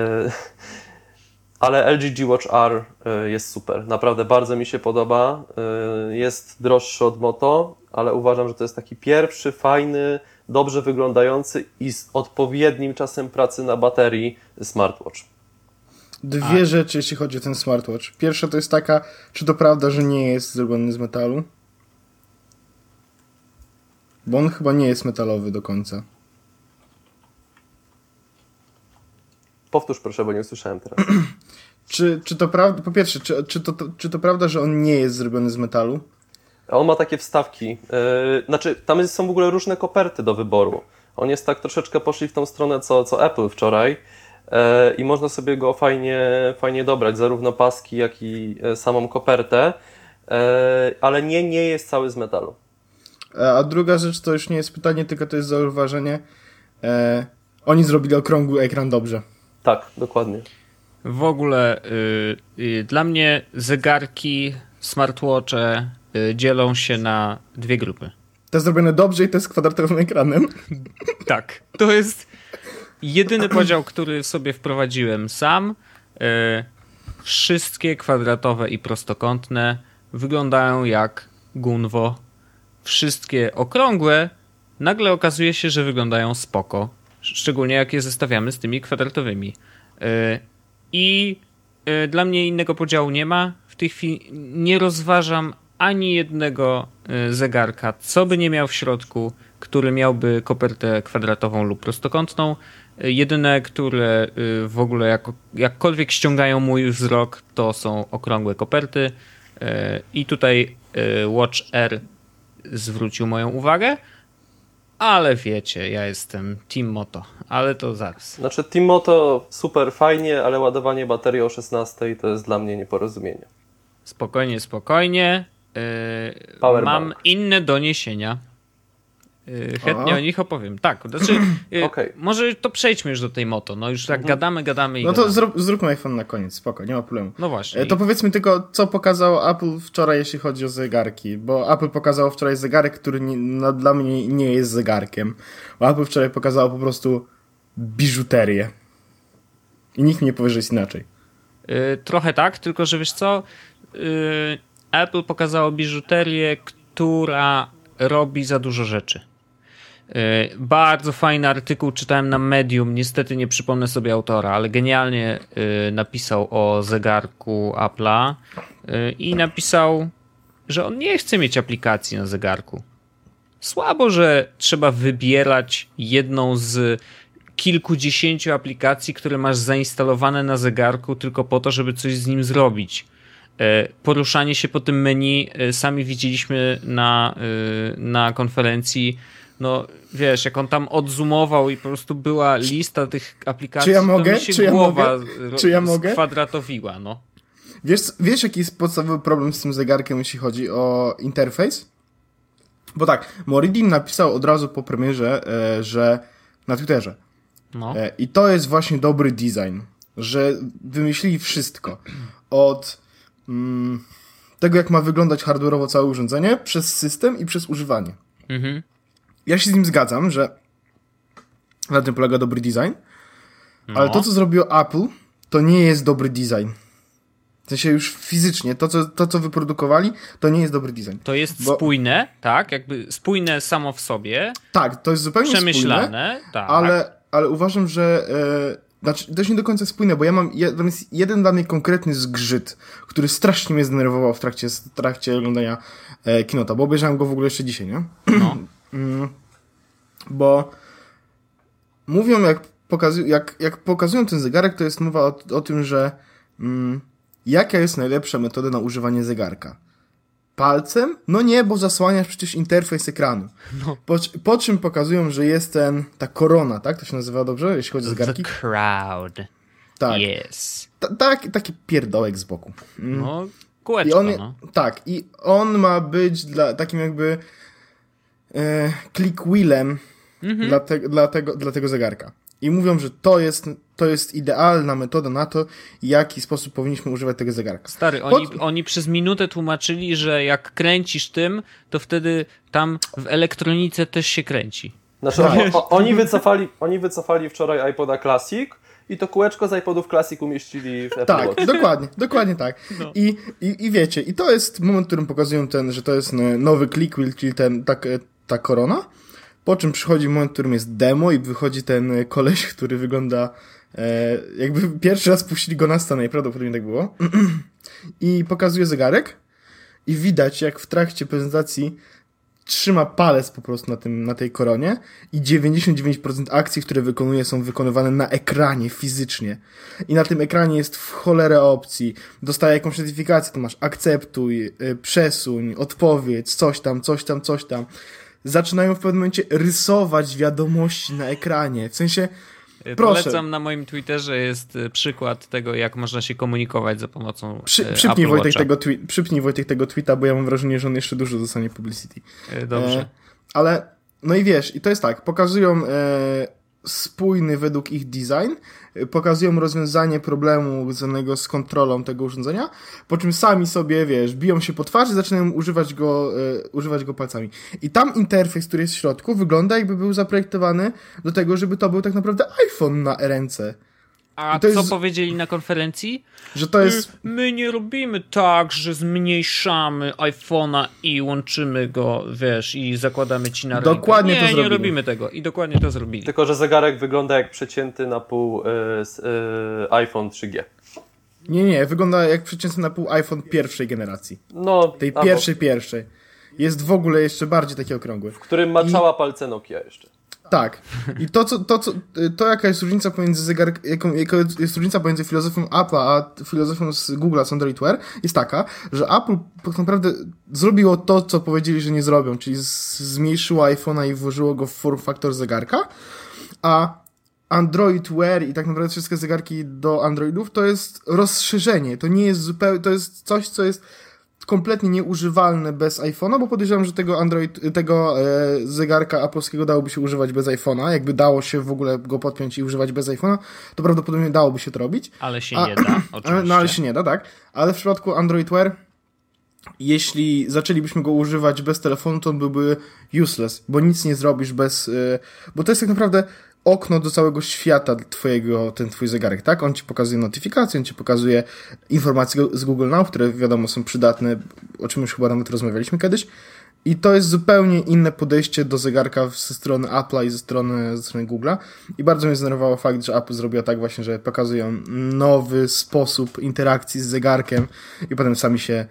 Ale L G G Watch R y, jest super. Naprawdę bardzo mi się podoba. Y, Jest droższy od Moto, ale uważam, że to jest taki pierwszy, fajny, dobrze wyglądający i z odpowiednim czasem pracy na baterii smartwatch. Dwie rzeczy, jeśli chodzi o ten smartwatch. Pierwsza to jest taka, czy to prawda, że nie jest zrobiony z metalu? Bo on chyba nie jest metalowy do końca. Powtórz proszę, bo nie usłyszałem teraz. Czy, czy to prawda, po pierwsze, czy, czy, to, czy to prawda, że on nie jest zrobiony z metalu? A on ma takie wstawki. Yy, znaczy, tam jest, są w ogóle różne koperty do wyboru. On jest tak troszeczkę poszli w tą stronę, co, co Apple wczoraj. Yy, I można sobie go fajnie, fajnie dobrać, zarówno paski, jak i samą kopertę. Yy, ale nie, nie jest cały z metalu. A druga rzecz to już nie jest pytanie, tylko to jest zauważenie. E, oni zrobili okrągły ekran dobrze. Tak, dokładnie. W ogóle y, y, dla mnie zegarki, smartwatche y, dzielą się na dwie grupy. To jest zrobione dobrze i to jest kwadratowym ekranem. Tak, to jest jedyny podział, który sobie wprowadziłem sam. Y, wszystkie kwadratowe i prostokątne wyglądają jak gunwo. Wszystkie okrągłe nagle okazuje się, że wyglądają spoko. Szczególnie jak je zestawiamy z tymi kwadratowymi. Y, I y, dla mnie innego podziału nie ma. W tej chwili nie rozważam ani jednego y, zegarka, co by nie miał w środku, który miałby kopertę kwadratową lub prostokątną. Y, jedyne, które y, w ogóle jak, jakkolwiek ściągają mój wzrok, to są okrągłe koperty. Y, I tutaj y, Watch R zwrócił moją uwagę. Ale wiecie, ja jestem Team Moto, ale to zaraz. Znaczy Team Moto super fajnie, ale ładowanie baterii o szesnastej to jest dla mnie nieporozumienie. Spokojnie, spokojnie. Yy, Powerbank. mam inne doniesienia. Yy, chętnie O. o nich opowiem. Tak, znaczy, yy, Okej. może to przejdźmy już do tej Moto. No już tak Mhm. gadamy, gadamy i No to gadamy. zrób, zróbmy iPhone na koniec, spoko, nie ma problemu. No właśnie. E, To powiedzmy tylko, co pokazało Apple wczoraj, jeśli chodzi o zegarki. Bo Apple pokazało wczoraj zegarek, który nie, no, dla mnie nie jest zegarkiem. Bo Apple wczoraj pokazało po prostu biżuterię. I nikt mi nie powie, że jest inaczej. Yy, trochę tak, tylko że wiesz co? Yy, Apple pokazało biżuterię, która robi za dużo rzeczy. Yy, bardzo fajny artykuł czytałem na Medium, niestety nie przypomnę sobie autora, ale genialnie yy, napisał o zegarku Apple'a yy, i napisał, że on nie chce mieć aplikacji na zegarku. Słabo, że trzeba wybierać jedną z kilkudziesięciu aplikacji, które masz zainstalowane na zegarku tylko po to, żeby coś z nim zrobić. Poruszanie się po tym menu sami widzieliśmy na, na konferencji. No wiesz, jak on tam odzoomował i po prostu była lista tych aplikacji, Czy ja mogę? to mi się Czy ja głowa mogę? Czy ja mogę? skwadratowiła. No. Wiesz, wiesz, jaki jest podstawowy problem z tym zegarkiem, jeśli chodzi o interfejs? Bo tak, Moridim napisał od razu po premierze, e, że na Twitterze. No. E, I to jest właśnie dobry design, że wymyślili wszystko. Od mm, tego, jak ma wyglądać hardware'owo całe urządzenie, przez system i przez używanie. Mhm. Ja się z nim zgadzam, że na tym polega dobry design, No. ale to, co zrobiło Apple, to nie jest dobry design. W sensie już fizycznie, to co, to, co wyprodukowali, to nie jest dobry design. To jest Bo- spójne, tak? Jakby spójne samo w sobie, Tak, to jest zupełnie spójne, przemyślane, tak. ale, ale uważam, że e, znaczy, to jest nie do końca spójne, bo ja mam, je, tam jest jeden dla mnie konkretny zgrzyt, który strasznie mnie zdenerwował w trakcie, w trakcie oglądania e, kinota, bo obejrzałem go w ogóle jeszcze dzisiaj, nie? No. Mm, bo mówią, jak, pokazują, jak, jak pokazują ten zegarek, to jest mowa o, o tym, że mm, jaka jest najlepsza metoda na używanie zegarka? Palcem? No nie, bo zasłaniasz przecież interfejs ekranu. No. Po, po czym pokazują, że jest ten, ta korona, tak? To się nazywa dobrze, jeśli chodzi o zegarki? The crowd. Tak. Yes. Ta, tak, taki pierdołek z boku. Mm. No, I kółeczko, on, no. Tak, i on ma być dla, takim jakby e, click wheelem Mhm. dla, te, dla, tego, dla tego zegarka. I mówią, że to jest, to jest idealna metoda na to, w jaki sposób powinniśmy używać tego zegarka. Stary, oni, Pod- oni przez minutę tłumaczyli, że jak kręcisz tym, to wtedy tam w elektronice też się kręci. Znaczy, o, o, oni, wycofali, oni wycofali wczoraj iPoda Classic i to kółeczko z iPodów Classic umieścili w Apple Tak, Watch. dokładnie, dokładnie tak. No. I, i, I wiecie, i to jest moment, w którym pokazują ten, że to jest e, nowy click wheel, czyli ten, tak, e, ta korona, po czym przychodzi moment, w którym jest demo i wychodzi ten e, koleś, który wygląda e, jakby pierwszy raz puścili go na scenę, najprawdopodobniej tak było. I pokazuje zegarek i widać, jak w trakcie prezentacji trzyma palec po prostu na, tym, na tej koronie i dziewięćdziesiąt dziewięć procent akcji, które wykonuje, są wykonywane na ekranie fizycznie. I na tym ekranie jest w cholerę opcji. Dostaje jakąś notyfikację, to masz akceptuj, yy, przesuń, odpowiedź, coś tam, coś tam, coś tam. Zaczynają w pewnym momencie rysować wiadomości na ekranie. W sensie, proszę. Polecam, na moim Twitterze jest przykład tego, jak można się komunikować za pomocą Przy, Przy, przypnij, Wojtek tego twi- przypnij Wojtek tego tweeta, bo ja mam wrażenie, że on jeszcze dużo dostanie publicity. Dobrze. E, ale, no i wiesz, i to jest tak, pokazują e, spójny według ich design, e, pokazują rozwiązanie problemu związanego z kontrolą tego urządzenia, po czym sami sobie, wiesz, biją się po twarzy i zaczynają używać go, e, używać go palcami. I tam interfejs, który jest w środku, wygląda, jakby był zaprojektowany do tego, żeby to był tak naprawdę iPhone na ręce. A to co jest, powiedzieli na konferencji? że to jest... My, my nie robimy tak, że zmniejszamy iPhone'a i łączymy go, wiesz, i zakładamy ci na rękę. Dokładnie nie, to zrobili. Nie robimy tego i dokładnie to zrobili. Tylko że zegarek wygląda jak przecięty na pół y, y, iPhone trzy G. Nie, nie, wygląda jak przeciętny na pół iPhone pierwszej generacji. No, Tej albo, pierwszej, pierwszej. Jest w ogóle jeszcze bardziej taki okrągły. w którym maczała palce Nokia jeszcze. Tak. I to, co, to, co, to jaka jest różnica pomiędzy zegarek, jaką, jaka jest różnica pomiędzy filozofią Apple'a a filozofią z Google'a, z Android Wear, jest taka, że Apple tak naprawdę zrobiło to, co powiedzieli, że nie zrobią, czyli z, zmniejszyło iPhone'a i włożyło go w form factor zegarka, a Android Wear i tak naprawdę wszystkie zegarki do Androidów to jest rozszerzenie, to nie jest zupełnie, to jest coś, co jest kompletnie nieużywalne bez iPhone'a, bo podejrzewam, że tego Android, tego e, zegarka apolskiego dałoby się używać bez iPhone'a. Jakby dało się w ogóle go podpiąć i używać bez iPhone'a, to prawdopodobnie dałoby się to robić. Ale się A, nie da, oczywiście. No ale się nie da, tak. Ale w przypadku Android Wear, jeśli zaczęlibyśmy go używać bez telefonu, to on byłby useless, bo nic nie zrobisz bez... E, bo to jest tak naprawdę okno do całego świata twojego, ten twój zegarek, tak? On ci pokazuje notyfikacje, on ci pokazuje informacje z Google Now, które wiadomo są przydatne, o czym już chyba nawet rozmawialiśmy kiedyś. I to jest zupełnie inne podejście do zegarka ze strony Apple'a i ze strony, ze strony Google'a. I bardzo mnie zdenerwował fakt, że Apple zrobiła tak właśnie, że pokazują nowy sposób interakcji z zegarkiem i potem sami się...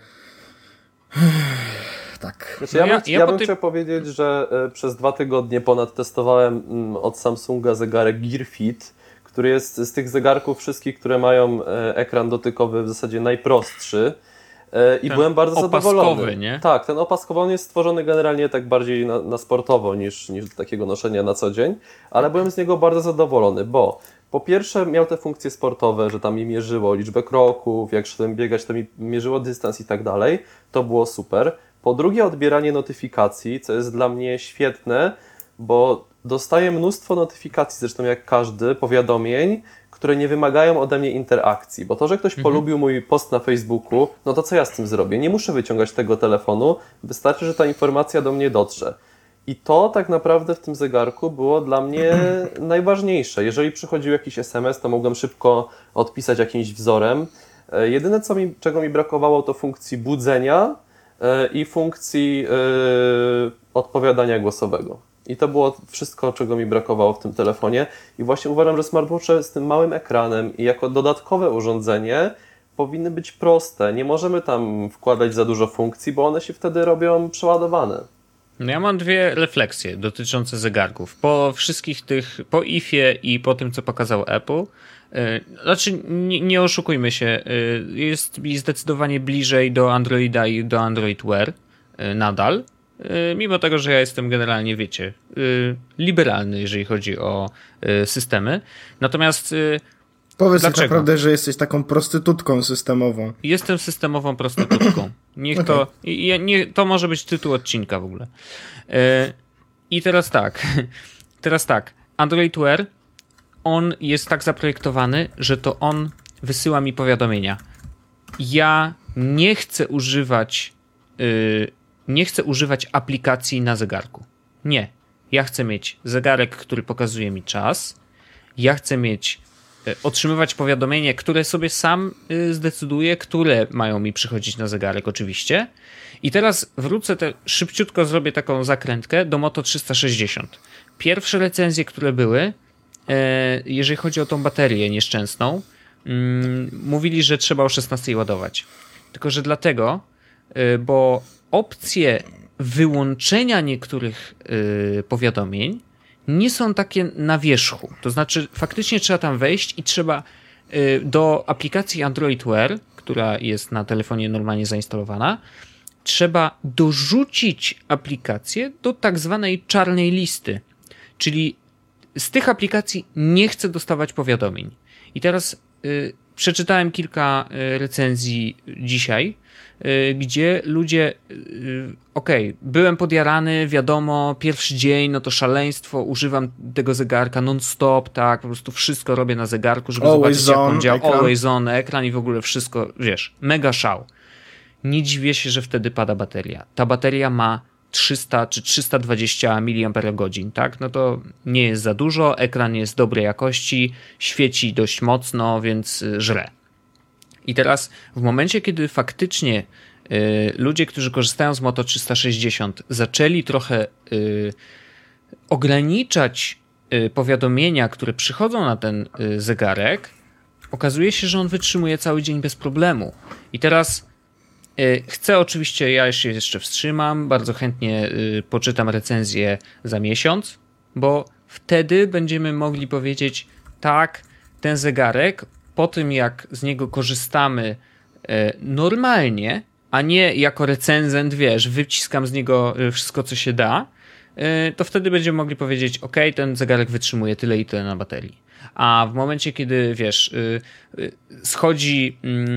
Tak. Znaczy, No ja, ja- bym, ja ja po bym tym- chciał powiedzieć, że e, przez dwa tygodnie ponad testowałem mm, od Samsunga zegarek Gear Fit, który jest z tych zegarków wszystkich, które mają e, ekran dotykowy w zasadzie najprostszy. E, I Ten byłem bardzo opaskowy, zadowolony. nie? Tak, ten opaskowy on jest stworzony generalnie tak bardziej na, na sportowo niż, niż do takiego noszenia na co dzień, ale byłem z niego bardzo zadowolony, bo po pierwsze miał te funkcje sportowe, że tam mi mierzyło liczbę kroków, jak szedłem biegać, to mi mierzyło dystans i tak dalej. To było super. Po drugie odbieranie notyfikacji, co jest dla mnie świetne, bo dostaję mnóstwo notyfikacji, zresztą jak każdy, powiadomień, które nie wymagają ode mnie interakcji, bo to, że ktoś Mhm. polubił mój post na Facebooku, no to co ja z tym zrobię? Nie muszę wyciągać tego telefonu, wystarczy, że ta informacja do mnie dotrze. I to tak naprawdę w tym zegarku było dla mnie najważniejsze. Jeżeli przychodził jakiś es em es, to mogłem szybko odpisać jakimś wzorem. E, Jedyne, co mi, czego mi brakowało, to funkcji budzenia e, i funkcji e, odpowiadania głosowego. I to było wszystko, czego mi brakowało w tym telefonie. I właśnie uważam, że smartwatche z tym małym ekranem i jako dodatkowe urządzenie powinny być proste. Nie możemy tam wkładać za dużo funkcji, bo one się wtedy robią przeładowane. No ja mam dwie refleksje dotyczące zegarków. Po wszystkich tych, po ifie i po tym, co pokazał Apple, yy, znaczy nie, nie oszukujmy się, yy, jest mi zdecydowanie bliżej do Androida i do Android Wear yy, nadal, yy, mimo tego, że ja jestem generalnie, wiecie, yy, liberalny, jeżeli chodzi o yy, systemy. Natomiast yy, Powiedz tak Dlaczego? naprawdę, że jesteś taką prostytutką systemową. jestem systemową prostytutką. Niech Okej. to. i- ja- Nie, to może być tytuł odcinka w ogóle. E, I teraz tak. Teraz tak. Android Wear, on jest tak zaprojektowany, że to on wysyła mi powiadomienia. Ja nie chcę używać. y, nie chcę używać aplikacji na zegarku. Nie. Ja chcę mieć zegarek, który pokazuje mi czas. Ja chcę mieć e, otrzymywać powiadomienie, które sobie sam y, zdecyduję, które mają mi przychodzić na zegarek oczywiście. I teraz wrócę, te, szybciutko zrobię taką zakrętkę do Moto trzysta sześćdziesiąt. Pierwsze recenzje, które były, e, jeżeli chodzi o tą baterię nieszczęsną, mm, mówili, że trzeba o szesnastej ładować. Tylko że dlatego, y, bo opcje wyłączenia niektórych y, powiadomień nie są takie na wierzchu. To znaczy faktycznie trzeba tam wejść i trzeba y, do aplikacji Android Wear, która jest na telefonie normalnie zainstalowana, trzeba dorzucić aplikację do tak zwanej czarnej listy. Czyli z tych aplikacji nie chcę dostawać powiadomień. I teraz y, przeczytałem kilka y, recenzji dzisiaj, y, gdzie ludzie, y, okej, okay, byłem podjarany, wiadomo, pierwszy dzień, no to szaleństwo, używam tego zegarka non-stop, tak, po prostu wszystko robię na zegarku, żeby always zobaczyć, jak on on, działa, ekran. always on, ekran i w ogóle wszystko, wiesz, mega szał. Nie dziwię się, że wtedy pada bateria. Ta bateria ma trzysta czy trzysta dwadzieścia miliamperów godzin, tak? No to nie jest za dużo, ekran jest dobrej jakości, świeci dość mocno, więc żre. I teraz w momencie, kiedy faktycznie y, ludzie, którzy korzystają z Moto trzysta sześćdziesiąt, zaczęli trochę y, ograniczać y, powiadomienia, które przychodzą na ten y, zegarek, okazuje się, że on wytrzymuje cały dzień bez problemu. I teraz chcę oczywiście, ja się jeszcze wstrzymam, bardzo chętnie y, poczytam recenzję za miesiąc, bo wtedy będziemy mogli powiedzieć, tak, ten zegarek, po tym jak z niego korzystamy y, normalnie, a nie jako recenzent, wiesz, wyciskam z niego wszystko, co się da, y, to wtedy będziemy mogli powiedzieć, ok, ten zegarek wytrzymuje tyle i tyle na baterii. A w momencie, kiedy, wiesz, schodzi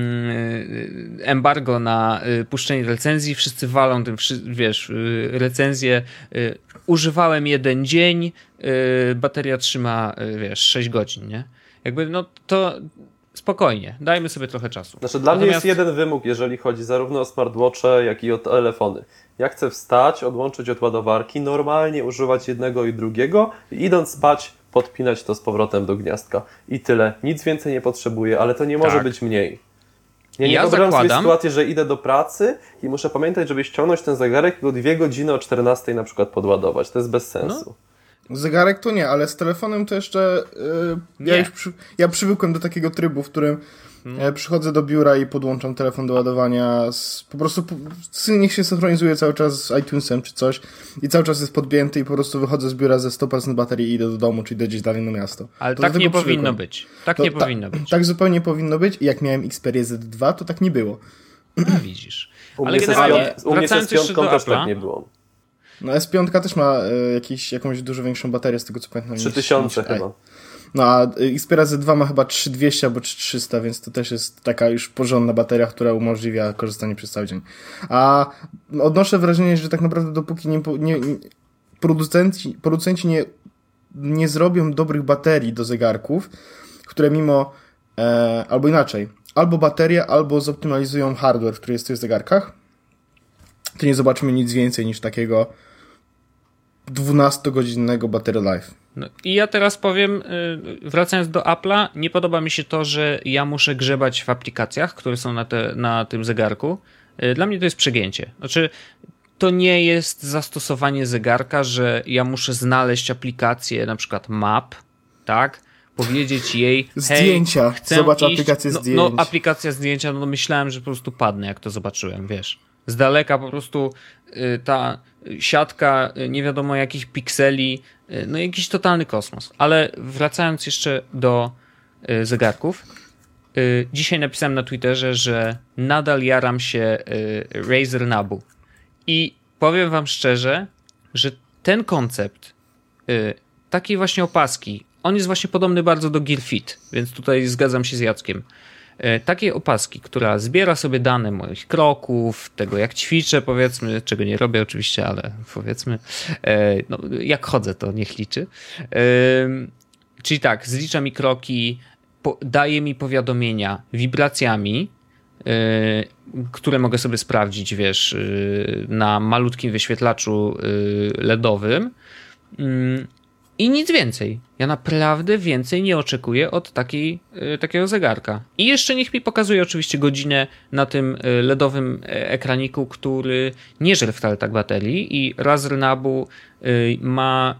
embargo na puszczenie recenzji, wszyscy walą tym, wiesz, recenzję, używałem jeden dzień, bateria trzyma, wiesz, sześć godzin, nie? Jakby, no to spokojnie, dajmy sobie trochę czasu. Znaczy dla Natomiast... mnie jest jeden wymóg, jeżeli chodzi zarówno o smartwatche, jak i o telefony. Ja chcę wstać, odłączyć od ładowarki, normalnie używać jednego i drugiego i idąc spać, podpinać to z powrotem do gniazdka. I tyle. Nic więcej nie potrzebuję, ale to nie może tak. być mniej. Nie, nie ja wyobrażam zakładam... sobie sytuacji, że idę do pracy i muszę pamiętać, żeby ściągnąć ten zegarek i go dwie godziny o czternastej na przykład podładować. To jest bez sensu. No. Zegarek to nie, ale z telefonem to jeszcze... Yy, ja już przy, ja przywykłem do takiego trybu, w którym no. przychodzę do biura i podłączam telefon do ładowania. Z, po prostu niech się synchronizuje cały czas z iTunesem czy coś i cały czas jest podpięty i po prostu wychodzę z biura ze sto procent baterii i idę do domu, czyli do gdzieś dalej na miasto. Ale to tak nie przywykłem. powinno być. Tak to, nie ta, powinno być. Tak zupełnie powinno być i jak miałem Xperia Z dwa, to tak nie było. No widzisz. U Ale mnie generalnie, u mnie wracając jeszcze do też Apple'a, tak nie było. No S pięć też ma y, jakiś, jakąś dużo większą baterię, z tego co pamiętam. trzy tysiące niż, chyba. No a Xperia Z dwa ma chyba trzy tysiące dwieście albo trzy tysiące trzysta, więc to też jest taka już porządna bateria, która umożliwia korzystanie przez cały dzień. A odnoszę wrażenie, że tak naprawdę dopóki nie, nie, nie producenci, producenci nie, nie zrobią dobrych baterii do zegarków, które mimo, e, albo inaczej, albo baterie, albo zoptymalizują hardware, który jest w tych zegarkach, to nie zobaczymy nic więcej niż takiego dwunastogodzinnego battery life. No i ja teraz powiem, wracając do Apple'a, nie podoba mi się to, że ja muszę grzebać w aplikacjach, które są na, te, na tym zegarku. Dla mnie to jest przegięcie. Znaczy, to nie jest zastosowanie zegarka, że ja muszę znaleźć aplikację, na przykład Map, tak? Powiedzieć jej, zdjęcia, hej, chcę zobacz iść... aplikację no, zdjęć. No, aplikacja zdjęcia, no myślałem, że po prostu padnę, jak to zobaczyłem, wiesz. Z daleka po prostu y, ta siatka y, nie wiadomo jakich pikseli, y, no jakiś totalny kosmos. Ale wracając jeszcze do y, zegarków, y, dzisiaj napisałem na Twitterze, że nadal jaram się y, Razer Nabu. I powiem wam szczerze, że ten koncept y, takiej właśnie opaski, on jest właśnie podobny bardzo do Gear Fit, więc tutaj zgadzam się z Jackiem. Takiej opaski, która zbiera sobie dane moich kroków, tego jak ćwiczę, powiedzmy, czego nie robię oczywiście, ale powiedzmy, no, jak chodzę, to niech liczy. Czyli tak, zlicza mi kroki, daje mi powiadomienia wibracjami, które mogę sobie sprawdzić, wiesz, na malutkim wyświetlaczu LEDowym. I nic więcej. Ja naprawdę więcej nie oczekuję od takiej, takiego zegarka. I jeszcze niech mi pokazuje oczywiście godzinę na tym LEDowym ekraniku, który nie żre wcale tak baterii i Razer Nabu ma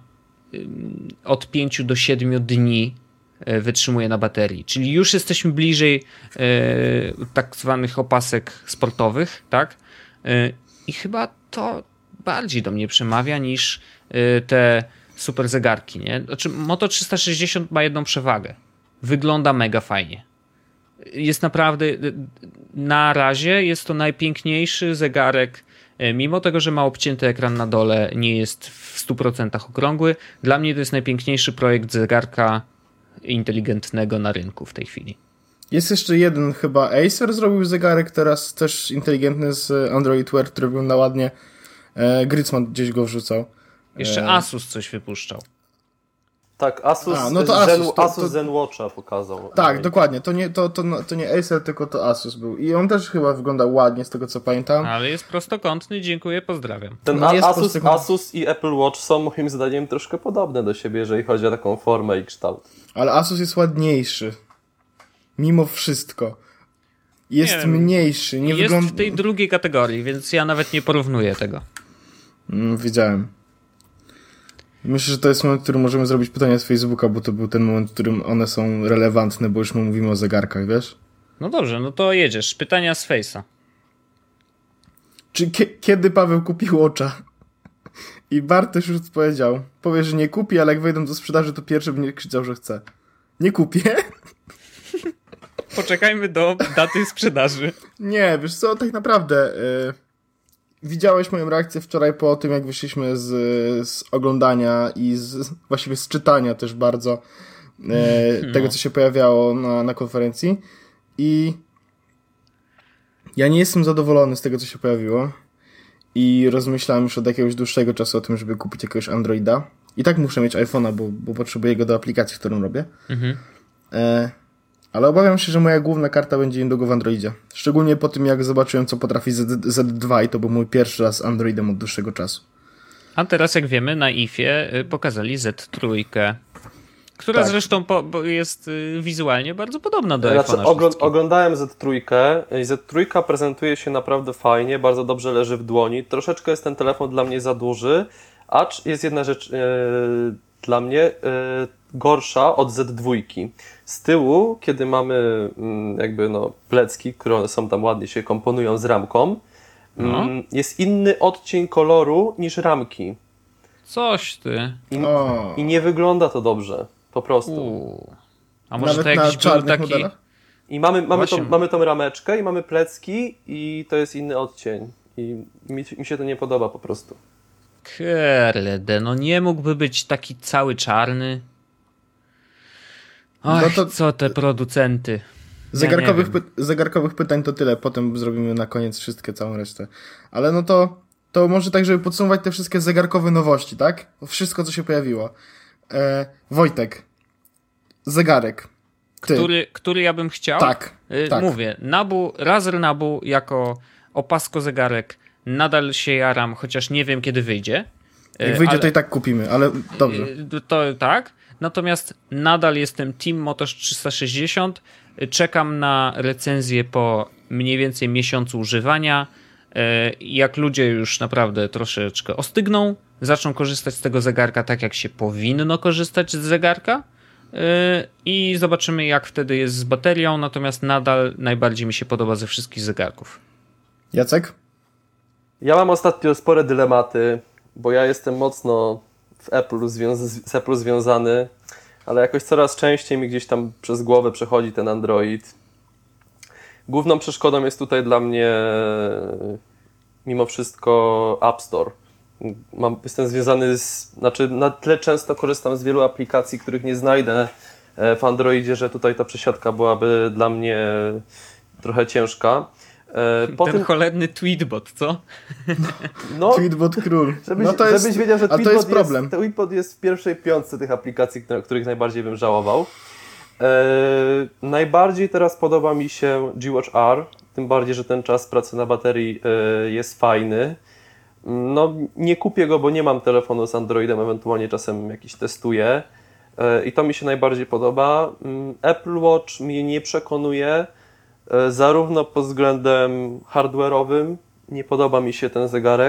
od pięciu do siedmiu dni wytrzymuje na baterii. Czyli już jesteśmy bliżej tak zwanych opasek sportowych, tak? I chyba to bardziej do mnie przemawia niż y, te super zegarki, nie? Znaczy, Moto trzysta sześćdziesiąt ma jedną przewagę. Wygląda mega fajnie. Jest naprawdę, na razie jest to najpiękniejszy zegarek, mimo tego, że ma obcięty ekran na dole, nie jest w stu procentach okrągły. Dla mnie to jest najpiękniejszy projekt zegarka inteligentnego na rynku w tej chwili. Jest jeszcze jeden, chyba Acer zrobił zegarek teraz też inteligentny z Android Wear, który wygląda ładnie. E, Griezmann gdzieś go wrzucał. Jeszcze E, Asus coś wypuszczał. Tak, Asus, A, no to Zen, Asus, to- Asus to- ZenWatcha pokazał. Tak, dokładnie. To nie, to, to, to nie Acer, tylko to Asus był. I on też chyba wyglądał ładnie, z tego co pamiętam. Ale jest prostokątny, dziękuję, pozdrawiam. Ten No A- jest Asus, prostokąt- Asus i Apple Watch są moim zdaniem troszkę podobne do siebie, jeżeli chodzi o taką formę i kształt. Ale Asus jest ładniejszy. Mimo wszystko. Jest Nie wiem. mniejszy. Nie Jest wygląda... w tej drugiej kategorii, więc ja nawet nie porównuję tego. Mm, wiedziałem. Myślę, że to jest moment, w którym możemy zrobić pytania z Facebooka, bo to był ten moment, w którym one są relevantne, bo już my mówimy o zegarkach, wiesz? No dobrze, no to jedziesz. Pytania z Face'a. Czy kie- kiedy Paweł kupi Watcha? I Bartosz już powiedział. Powie, że nie kupi, ale jak wejdą do sprzedaży, to pierwszy będzie krzyczał, że chce. Nie kupię? Poczekajmy do daty sprzedaży. Nie, wiesz co, tak naprawdę... Y- widziałeś moją reakcję wczoraj po tym, jak wyszliśmy z, z oglądania i z, właściwie z czytania też bardzo e, No. tego, co się pojawiało na, na konferencji. I ja nie jestem zadowolony z tego, co się pojawiło. I rozmyślałem już od jakiegoś dłuższego czasu o tym, żeby kupić jakiegoś Androida. I tak muszę mieć iPhone'a, bo, bo potrzebuję go do aplikacji, którą robię. Mhm. E, ale obawiam się, że moja główna karta będzie niedługo w Androidzie. Szczególnie po tym, jak zobaczyłem, co potrafi Z- Z dwa i to był mój pierwszy raz z Androidem od dłuższego czasu. A teraz, jak wiemy, na I F ie y, pokazali Z trzy, która Tak. zresztą po, bo jest y, wizualnie bardzo podobna do Znaczy, iPhone'a ogląd- szóstki. oglądałem Z trzy i Z trzy prezentuje się naprawdę fajnie, bardzo dobrze leży w dłoni. Troszeczkę jest ten telefon dla mnie za duży, acz jest jedna rzecz e, dla mnie e, gorsza od Z dwa. Z tyłu, kiedy mamy mm, jakby no plecki, które są tam ładnie się komponują z ramką, No. mm, jest inny odcień koloru niż ramki. Coś ty. I, O. I nie wygląda to dobrze, po prostu. Uuu. A może Nawet to na jakiś był czarnych taki... modelach? I mamy, mamy, tą, Właśnie. mamy tą rameczkę i mamy plecki i to jest inny odcień. I mi, mi się to nie podoba po prostu. Kurde, no nie mógłby być taki cały czarny. Oj, No to- co te producenty. Zegarkowych, Ja nie py- zegarkowych pytań to tyle, potem zrobimy na koniec wszystkie, całą resztę. Ale no to, to może tak, żeby podsumować te wszystkie zegarkowe nowości, tak? Wszystko, co się pojawiło. E, Wojtek. Zegarek. Ty. Który, który ja bym chciał? Tak, Y, tak. Mówię, Nabu, Razer Nabu jako opasko zegarek nadal się jaram, chociaż nie wiem kiedy wyjdzie. Jak Y, wyjdzie, ale- to i tak kupimy, ale dobrze. Y, To tak. Natomiast nadal jestem Team Moto trzysta sześćdziesiąt. Y, Czekam na recenzję po mniej więcej miesiącu używania. Y, Jak ludzie już naprawdę troszeczkę ostygną, zaczną korzystać z tego zegarka tak, jak się powinno korzystać z zegarka. Y, I zobaczymy, jak wtedy jest z baterią. Natomiast nadal najbardziej mi się podoba ze wszystkich zegarków. Jacek? Ja mam ostatnio spore dylematy, bo ja jestem mocno w Apple związ- z Apple związany, ale jakoś coraz częściej mi gdzieś tam przez głowę przechodzi ten Android. Główną przeszkodą jest tutaj dla mnie mimo wszystko App Store. Mam, jestem związany z, znaczy na tyle często korzystam z wielu aplikacji, których nie znajdę w Androidzie, że tutaj ta przesiadka byłaby dla mnie trochę ciężka. Po Ten tym, cholerny tweetbot, co? no, Tweetbot król. Żebyś, no to jest, żebyś wiedział, że a to Tweetbot jest problem. Jest, Tweetbot jest w pierwszej piątce tych aplikacji, które- których najbardziej bym żałował. E, najbardziej teraz podoba mi się G-Watch R, tym bardziej, że ten czas pracy na baterii e, jest fajny. No, nie kupię go, bo nie mam telefonu z Androidem, ewentualnie czasem jakiś testuję. E, I to mi się najbardziej podoba. Mm, Apple Watch mnie nie przekonuje, e, zarówno pod względem hardware'owym, nie podoba mi się ten zegarek.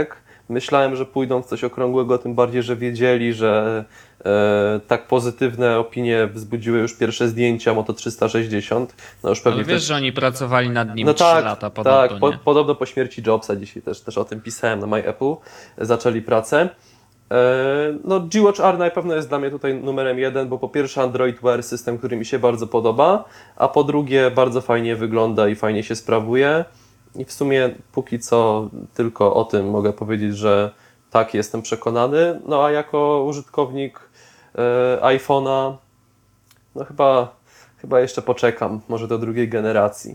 Myślałem, że pójdą w coś okrągłego, tym bardziej, że wiedzieli, że e, tak pozytywne opinie wzbudziły już pierwsze zdjęcia Moto trzysta sześćdziesiąt. No już pewnie Ale wiesz, też... że oni pracowali nad nim No trzy tak, lata podobno, tak, po, nie? podobno po śmierci Jobsa, dzisiaj też, też o tym pisałem na MyApple, zaczęli pracę. E, no G-Watch R na pewno jest dla mnie tutaj numerem jeden, bo po pierwsze Android Wear, system, który mi się bardzo podoba, a po drugie bardzo fajnie wygląda i fajnie się sprawuje. I w sumie póki co tylko o tym mogę powiedzieć, że tak, jestem przekonany. No a jako użytkownik e, iPhone'a, no chyba, chyba jeszcze poczekam, może do drugiej generacji.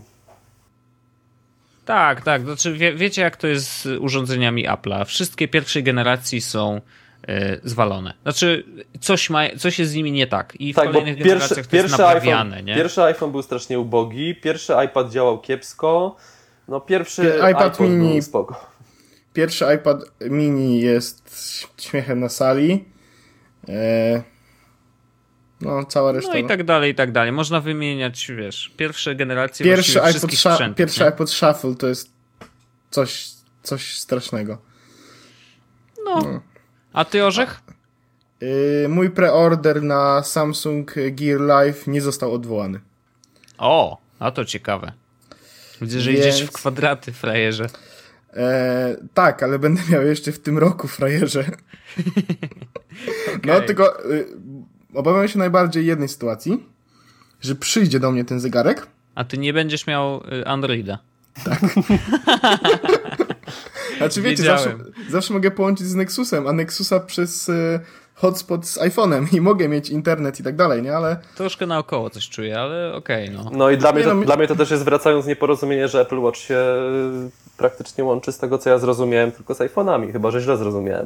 Tak, tak. Znaczy, wie, wiecie, jak to jest z urządzeniami Apple'a. Wszystkie pierwszej generacji są e, zwalone. Znaczy, coś, ma, coś jest z nimi nie tak. I w Tak, bo kolejnych pierwszy, generacjach to jest pierwszy, naprawiane, iPhone, nie? pierwszy iPhone był strasznie ubogi, pierwszy iPad działał kiepsko, no pierwszy Pie- iPad iPod mini. był spoko. Pierwszy iPad mini jest śmiechem na sali. Eee, no, cała reszta. No i tak dalej, i tak dalej. Można wymieniać, wiesz, pierwsze generacje Pierwszy właściwie iPod, wszystkich sza- sprzętów. pierwszy nie? iPod Shuffle to jest coś, coś strasznego. No. A ty, Orzech? Yy, mój preorder na Samsung Gear Live nie został odwołany. O, a to ciekawe. Widzę, że Więc- idziesz w kwadraty, frajerze. Eee, tak, ale będę miał jeszcze w tym roku, frajerze. No, Okej. tylko y, obawiam się najbardziej jednej sytuacji, że przyjdzie do mnie ten zegarek. A ty nie będziesz miał y, Androida. Znaczy wiecie, Wiedziałem. zawsze, zawsze mogę połączyć z Nexusem, a Nexusa przez y, hotspot z iPhone'em i mogę mieć internet i tak dalej, nie? Ale Troszkę naokoło coś czuję, ale okej, no. No i dla mnie, Nie to, no, my- dla mnie to też jest, wracając, nieporozumienie, że Apple Watch się y, praktycznie łączy z tego, co ja zrozumiałem, tylko z iPhone'ami, chyba że źle zrozumiałem.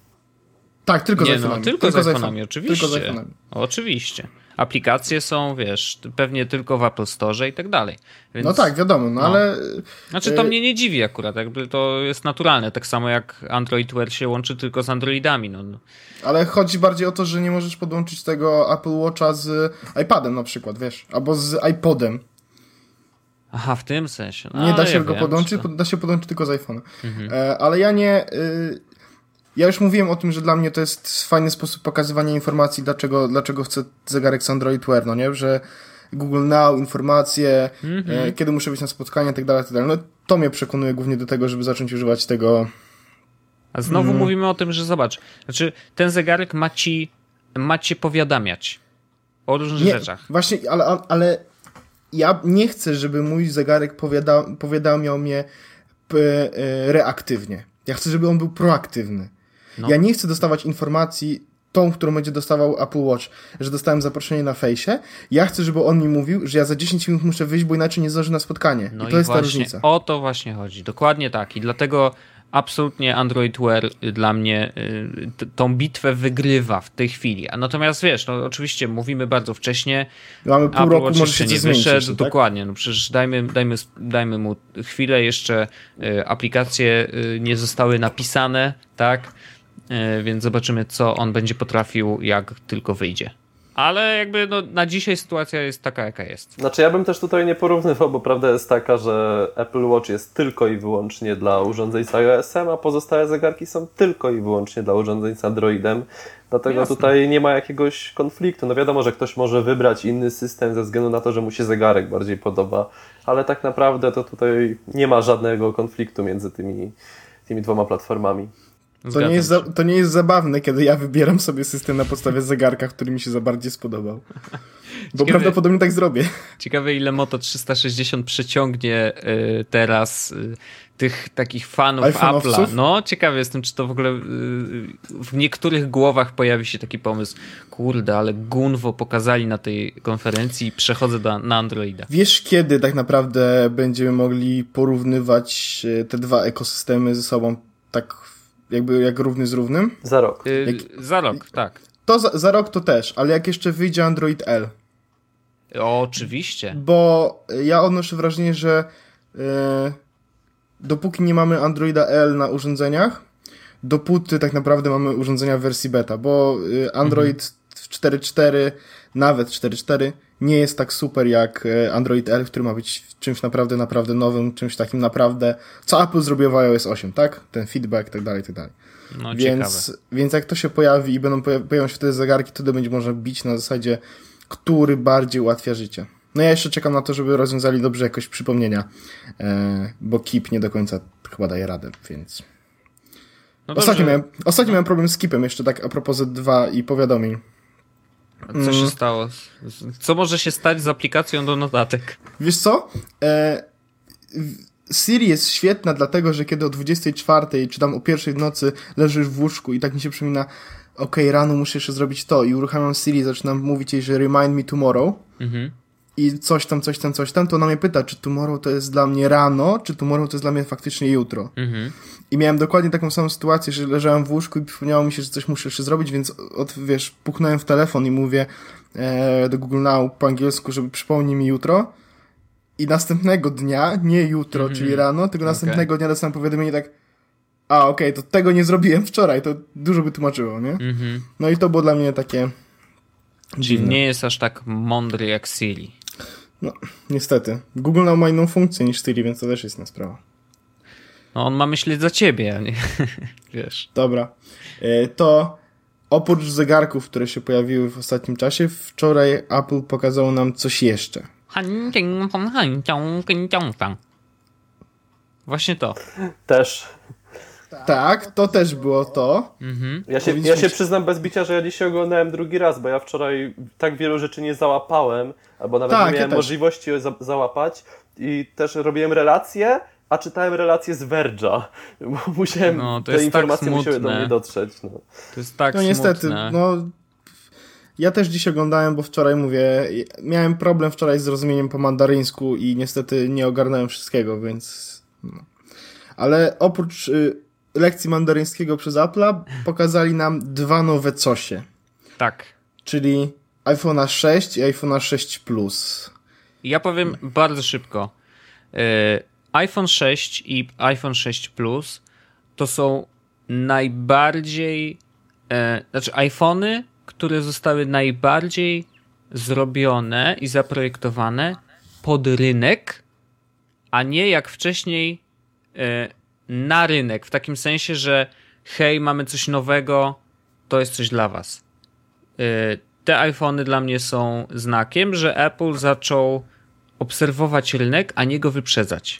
tak, tylko Nie z no, iPhone'ami. tylko, z iPhone'ami, iPhone'ami, oczywiście. Tylko z iPhone'ami. Oczywiście. Aplikacje są, wiesz, pewnie tylko w Apple Store i tak dalej. Więc, No tak, wiadomo, no, no. ale Znaczy to y- mnie nie dziwi akurat, jakby to jest naturalne, tak samo jak Android Wear się łączy tylko z Androidami, no. no. ale chodzi bardziej o to, że nie możesz podłączyć tego Apple Watcha z iPadem na przykład, wiesz, albo z iPodem. Aha, w tym sensie. No, Nie da ja się go wiem, podłączyć, czy to- pod- da się podłączyć tylko z iPhone'a. Mhm. E, ale ja nie... Y, ja już mówiłem o tym, że dla mnie to jest fajny sposób pokazywania informacji, dlaczego, dlaczego chcę zegarek z Android Wear, no nie? Że Google Now, informacje, Mhm. e, kiedy muszę być na spotkanie, i tak dalej, tak dalej. No to mnie przekonuje głównie do tego, żeby zacząć używać tego... A znowu Mm. mówimy o tym, że zobacz, znaczy ten zegarek ma ci, ma cię powiadamiać o różnych Nie, rzeczach. właśnie, ale, ale ja nie chcę, żeby mój zegarek powiada, powiadamiał mnie p, e, reaktywnie. Ja chcę, żeby on był proaktywny. No. Ja nie chcę dostawać informacji tą, którą będzie dostawał Apple Watch, że dostałem zaproszenie na fejsie. Ja chcę, żeby on mi mówił, że ja za dziesięć minut muszę wyjść, bo inaczej nie zdążę na spotkanie. No I to jest ta właśnie różnica. o to właśnie chodzi. Dokładnie tak. I dlatego absolutnie Android Wear y, dla mnie y, t- tą bitwę wygrywa w tej chwili. A natomiast wiesz, no oczywiście mówimy bardzo wcześnie. Mamy pół Apple roku, Watch może jeszcze się nie coś zmienić. wyszedł. jeszcze, tak? Dokładnie. No przecież dajmy, dajmy, dajmy mu chwilę. Jeszcze y, aplikacje y, nie zostały napisane, tak? Y, więc zobaczymy, co on będzie potrafił, jak tylko wyjdzie. Ale jakby no, na dzisiaj sytuacja jest taka, jaka jest. Znaczy ja bym też tutaj nie porównywał, bo prawda jest taka, że Apple Watch jest tylko i wyłącznie dla urządzeń z iOS-em, a pozostałe zegarki są tylko i wyłącznie dla urządzeń z Androidem. Dlatego Jasne. tutaj nie ma jakiegoś konfliktu. No wiadomo, że ktoś może wybrać inny system ze względu na to, że mu się zegarek bardziej podoba, ale tak naprawdę to tutaj nie ma żadnego konfliktu między tymi, tymi dwoma platformami. To Zgadzam nie, jest się. za, to nie jest zabawne, kiedy ja wybieram sobie system na podstawie zegarka, który mi się za bardziej spodobał. Bo Ciekawe- prawdopodobnie tak zrobię. Ciekawe, ile Moto trzysta sześćdziesiąt przyciągnie y, teraz y, tych takich fanów iPhone'owców? Apple'a. No, ciekawy jestem, czy to w ogóle y, w niektórych głowach pojawi się taki pomysł, kurde, ale Gunwo pokazali na tej konferencji i przechodzę do, na Androida. Wiesz, kiedy tak naprawdę będziemy mogli porównywać e, te dwa ekosystemy ze sobą tak jakby jak równy z równym? Za rok. Y, za rok, tak. To za, za rok to też, ale jak jeszcze wyjdzie Android L. O, oczywiście. Bo ja odnoszę wrażenie, że e, dopóki nie mamy Androida L na urządzeniach, dopóty tak naprawdę mamy urządzenia w wersji beta, bo e, Android w cztery cztery, nawet cztery cztery nie jest tak super jak Android L, który ma być czymś naprawdę, naprawdę nowym, czymś takim naprawdę, co Apple zrobiło w iOS osiem, tak? Ten feedback, tak dalej, tak dalej. No, więc, ciekawe. więc jak to się pojawi i będą pojawią się te zegarki, to wtedy będzie można bić na zasadzie, który bardziej ułatwia życie. No ja jeszcze czekam na to, żeby rozwiązali dobrze jakoś przypomnienia, e, bo Keep nie do końca chyba daje radę, więc... No ostatnio, dobrze. miałem, ostatnio miałem problem z Keepem, jeszcze tak a propos Z dwa i powiadomień. A co się stało? Co może się stać z aplikacją do notatek? Wiesz co? E, Siri jest świetna dlatego, że kiedy o dwudziestej czwartej czy tam o pierwszej w nocy leżysz w łóżku i tak mi się przypomina, okej, rano muszę jeszcze zrobić to i uruchamiam Siri i zaczynam mówić jej, że remind me tomorrow Mhm. i coś tam, coś tam, coś tam, to ona mnie pyta, czy tomorrow to jest dla mnie rano, czy tomorrow to jest dla mnie faktycznie jutro. Mhm. I miałem dokładnie taką samą sytuację, że leżałem w łóżku i przypomniało mi się, że coś muszę jeszcze zrobić, więc od, wiesz, puknąłem w telefon i mówię e, do Google Now po angielsku, żeby przypomnij mi jutro. I następnego dnia, nie jutro, mm-hmm. czyli rano, tylko następnego okay. dnia dostałem powiadomienie tak, a okej, okay, to tego nie zrobiłem wczoraj, to dużo by tłumaczyło, nie? Mm-hmm. No i to było dla mnie takie... Czyli dziwne. nie jest aż tak mądry jak Siri. No, niestety. Google Now ma inną funkcję niż Siri, więc to też jest inna sprawa. No on ma myśleć za ciebie, a nie... Wiesz. Dobra. To oprócz zegarków, które się pojawiły w ostatnim czasie, wczoraj Apple pokazało nam coś jeszcze. Właśnie to. Też. Tak, to też było to. Mhm. Ja, się, ja się przyznam bez bicia, że ja dzisiaj oglądałem drugi raz, bo ja wczoraj tak wielu rzeczy nie załapałem, albo nawet tak, nie miałem ja możliwości za, załapać i też robiłem relacje, a czytałem relacje z Verge'a, bo musiałem, no, to te jest informacje tak musiały do mnie dotrzeć. No. To jest tak No niestety, smutne. no ja też dziś oglądałem, bo wczoraj mówię, miałem problem wczoraj z zrozumieniem po mandaryńsku i niestety nie ogarnąłem wszystkiego, więc no. Ale oprócz y, lekcji mandaryńskiego przez Apple'a pokazali nam dwa nowe cosie. Tak. Czyli iPhone'a sześć i iPhone'a sześć Plus. Ja powiem bardzo szybko. Yy, iPhone sześć i iPhone sześć Plus to są najbardziej yy, znaczy iPhony, które zostały najbardziej zrobione i zaprojektowane pod rynek, a nie jak wcześniej yy, na rynek. W takim sensie, że hej, mamy coś nowego, to jest coś dla was. Yy, te iPhony dla mnie są znakiem, że Apple zaczął obserwować rynek, a nie go wyprzedzać.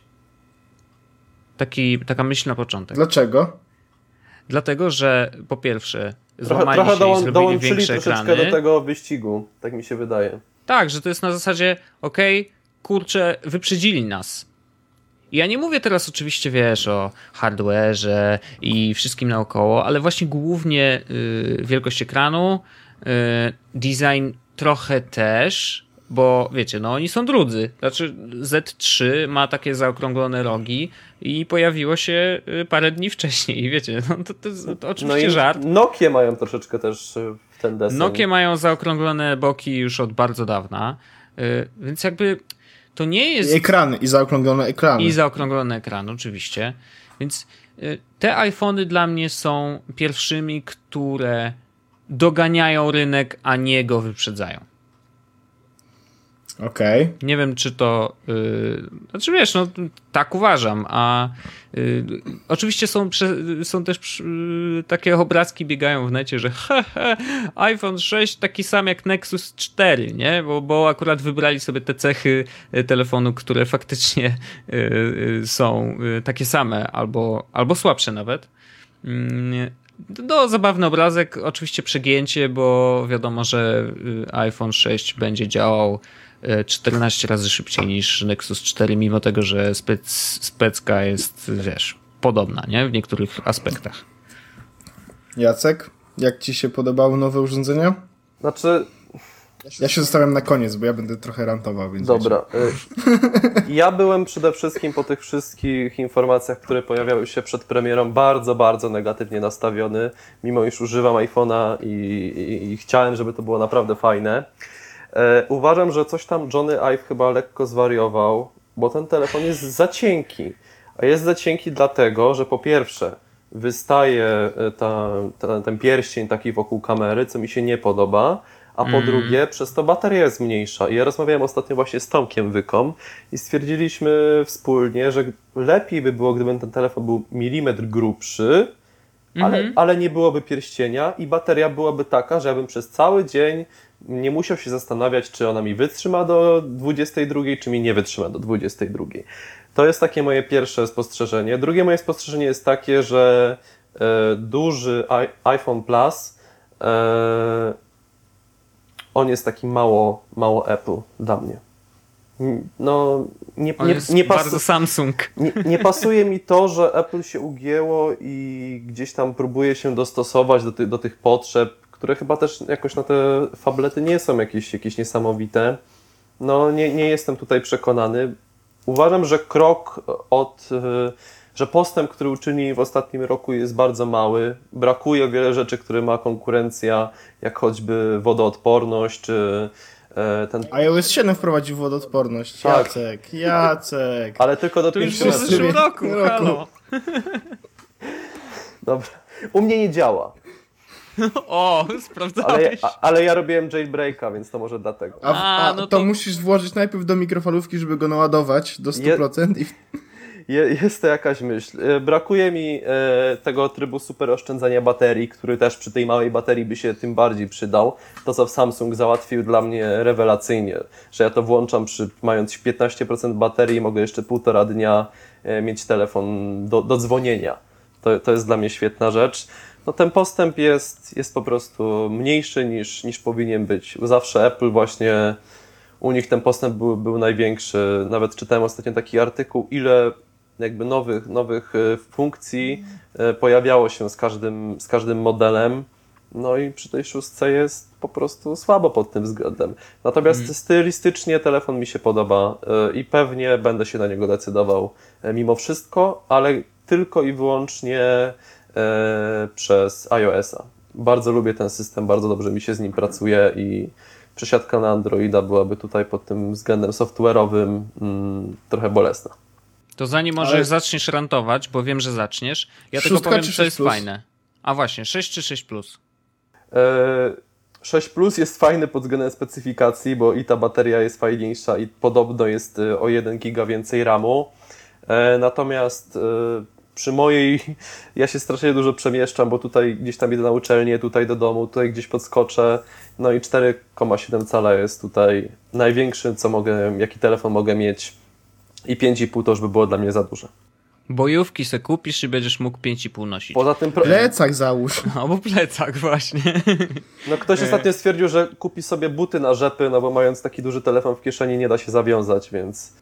Taki, taka myśl na początek. Dlaczego? Dlatego, że po pierwsze Trochę, złamali trochę się i dołą, zrobili dołączyli większe troszeczkę ekrany. do tego wyścigu, tak mi się wydaje. Tak, że to jest na zasadzie okej, okay, kurczę, wyprzedzili nas. I ja nie mówię teraz oczywiście, wiesz, o hardware'ze i wszystkim naokoło, ale właśnie głównie yy, wielkość ekranu, yy, design trochę też, bo wiecie, no oni są drudzy. Znaczy Z trzy ma takie zaokrąglone rogi i pojawiło się parę dni wcześniej. I wiecie, no to, to, to, to oczywiście no i żart. Nokia mają troszeczkę też ten deseń. Nokia mają zaokrąglone boki już od bardzo dawna, yy, więc jakby to nie jest... I ekrany, i zaokrąglone ekrany. I zaokrąglony ekran, oczywiście. Więc y, te iPhony dla mnie są pierwszymi, które doganiają rynek, a nie go wyprzedzają. Okej. Okay. Nie wiem, czy to... Yy, znaczy wiesz, no tak uważam, a yy, oczywiście są, prze, są też yy, takie obrazki biegają w necie, że he, he, iPhone sześć taki sam jak Nexus cztery, nie? Bo, bo akurat wybrali sobie te cechy telefonu, które faktycznie yy, yy, są yy, takie same, albo, albo słabsze nawet. Yy, No, zabawny obrazek, oczywiście przegięcie, bo wiadomo, że iPhone sześć będzie działał czternaście razy szybciej niż Nexus cztery, mimo tego, że spec, specka jest, wiesz, podobna, nie? W niektórych aspektach. Jacek, jak ci się podobały nowe urządzenia? Znaczy... Ja się zostawiam na koniec, bo ja będę trochę rantował, więc... Dobra. Wiecie. Ja byłem przede wszystkim po tych wszystkich informacjach, które pojawiały się przed premierą, bardzo, bardzo negatywnie nastawiony, mimo iż używam iPhone'a i, i, i chciałem, żeby to było naprawdę fajne. E, uważam, że coś tam Johnny Ive chyba lekko zwariował, bo ten telefon jest za cienki. A jest za cienki dlatego, że po pierwsze wystaje ta, ta, ten pierścień taki wokół kamery, co mi się nie podoba, a po Mm. drugie przez to bateria jest mniejsza. I ja rozmawiałem ostatnio właśnie z Tomkiem Wykom i stwierdziliśmy wspólnie, że lepiej by było, gdyby ten telefon był milimetr grubszy, ale, Mhm. ale nie byłoby pierścienia i bateria byłaby taka, że ja bym przez cały dzień nie musiał się zastanawiać, czy ona mi wytrzyma do dwudziestej drugiej, czy mi nie wytrzyma do dwudziestej drugiej. To jest takie moje pierwsze spostrzeżenie. Drugie moje spostrzeżenie jest takie, że e, duży i- iPhone Plus, e, on jest taki mało, mało Apple dla mnie. Mm, No, nie, On nie, jest nie, bardzo pasu- Samsung. nie, nie pasuje mi to, że Apple się ugięło i gdzieś tam próbuje się dostosować do, ty, do tych potrzeb, które chyba też jakoś na te fablety nie są jakieś, jakieś niesamowite. No, nie, nie jestem tutaj przekonany. Uważam, że krok od, y, że postęp, który uczynili w ostatnim roku jest bardzo mały. Brakuje wiele rzeczy, które ma konkurencja, jak choćby wodoodporność, czy e, ten... iOS siedem wprowadził wodoodporność. Tak. Jacek, Jacek. Ale tylko do To już pięciu było w metrów. zeszłym roku, roku. halo. Dobra. U mnie nie działa. O, Ale, sprawdzałeś. a, ale ja robiłem jailbreaka, więc to może dlatego. A, w, A, a no to... to- musisz włożyć najpierw do mikrofalówki, żeby go naładować do stu procent i Je, jest to jakaś myśl. E, Brakuje mi e, tego trybu super oszczędzania baterii, który też przy tej małej baterii by się tym bardziej przydał. To, co Samsung załatwił dla mnie rewelacyjnie, że ja to włączam przy mając piętnaście procent baterii i mogę jeszcze półtora dnia e, mieć telefon do, do dzwonienia. To, to jest dla mnie świetna rzecz. No ten postęp jest, jest po prostu mniejszy niż, niż powinien być. Zawsze Apple właśnie, u nich ten postęp był, był największy. Nawet czytałem ostatnio taki artykuł, ile jakby nowych, nowych e, funkcji e, pojawiało się z każdym, z każdym modelem. No i przy tej szóstce jest po prostu słabo pod tym względem. Natomiast Mm. stylistycznie telefon mi się podoba e, i pewnie będę się na niego decydował e, mimo wszystko, ale tylko i wyłącznie e, przez iOS-a. Bardzo lubię ten system, bardzo dobrze mi się z nim pracuje i przesiadka na Androida byłaby tutaj pod tym względem software'owym mm, trochę bolesna. To zanim może Ale- zaczniesz rantować, bo wiem, że zaczniesz, ja tylko Szóstka powiem, czy co jest sześć plus? fajne. A właśnie, sześć czy sześć plus? E, sześć plus jest fajny pod względem specyfikacji, bo i ta bateria jest fajniejsza i podobno jest e, o jeden giga więcej ramu. E, natomiast e, przy mojej, ja się strasznie dużo przemieszczam, bo tutaj gdzieś tam idę na uczelnię, tutaj do domu, tutaj gdzieś podskoczę. No i cztery przecinek siedem cala jest tutaj największy, co mogę, jaki telefon mogę mieć. I pięć i pół to już by było dla mnie za duże. Bojówki se kupisz i będziesz mógł pięć i pół nosić. Poza tym, pro... plecak załóż. Albo plecak właśnie. no ktoś ostatnio stwierdził, że kupi sobie buty na rzepy, no bo mając taki duży telefon w kieszeni nie da się zawiązać, więc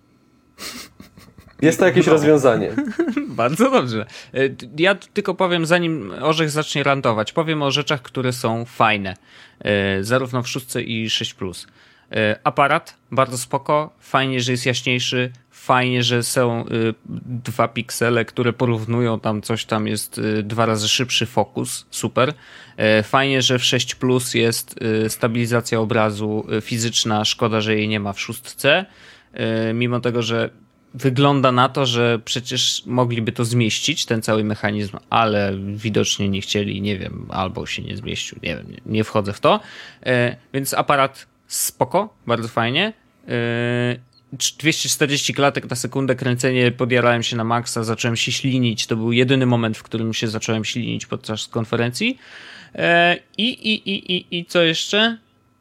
jest to jakieś rozwiązanie. Bardzo dobrze. E, t- Ja t- tylko powiem, zanim Orzech zacznie rantować, powiem o rzeczach, które są fajne. E, Zarówno w szóstce i sześć plus. E, Aparat, bardzo spoko. Fajnie, że jest jaśniejszy. Fajnie, że są y, dwa piksele, które porównują tam coś, tam jest y, dwa razy szybszy fokus. Super. E, Fajnie, że w sześć plus jest y, stabilizacja obrazu y, fizyczna. Szkoda, że jej nie ma w szóstce. E, Mimo tego, że wygląda na to, że przecież mogliby to zmieścić, ten cały mechanizm, ale widocznie nie chcieli, nie wiem, albo się nie zmieścił, nie wiem, nie, nie wchodzę w to. E, więc aparat spoko, bardzo fajnie. E, dwieście czterdzieści klatek na sekundę kręcenie, podjarałem się na maksa, zacząłem się ślinić, to był jedyny moment, w którym się zacząłem ślinić podczas konferencji. E, i, i, i, i, I co jeszcze?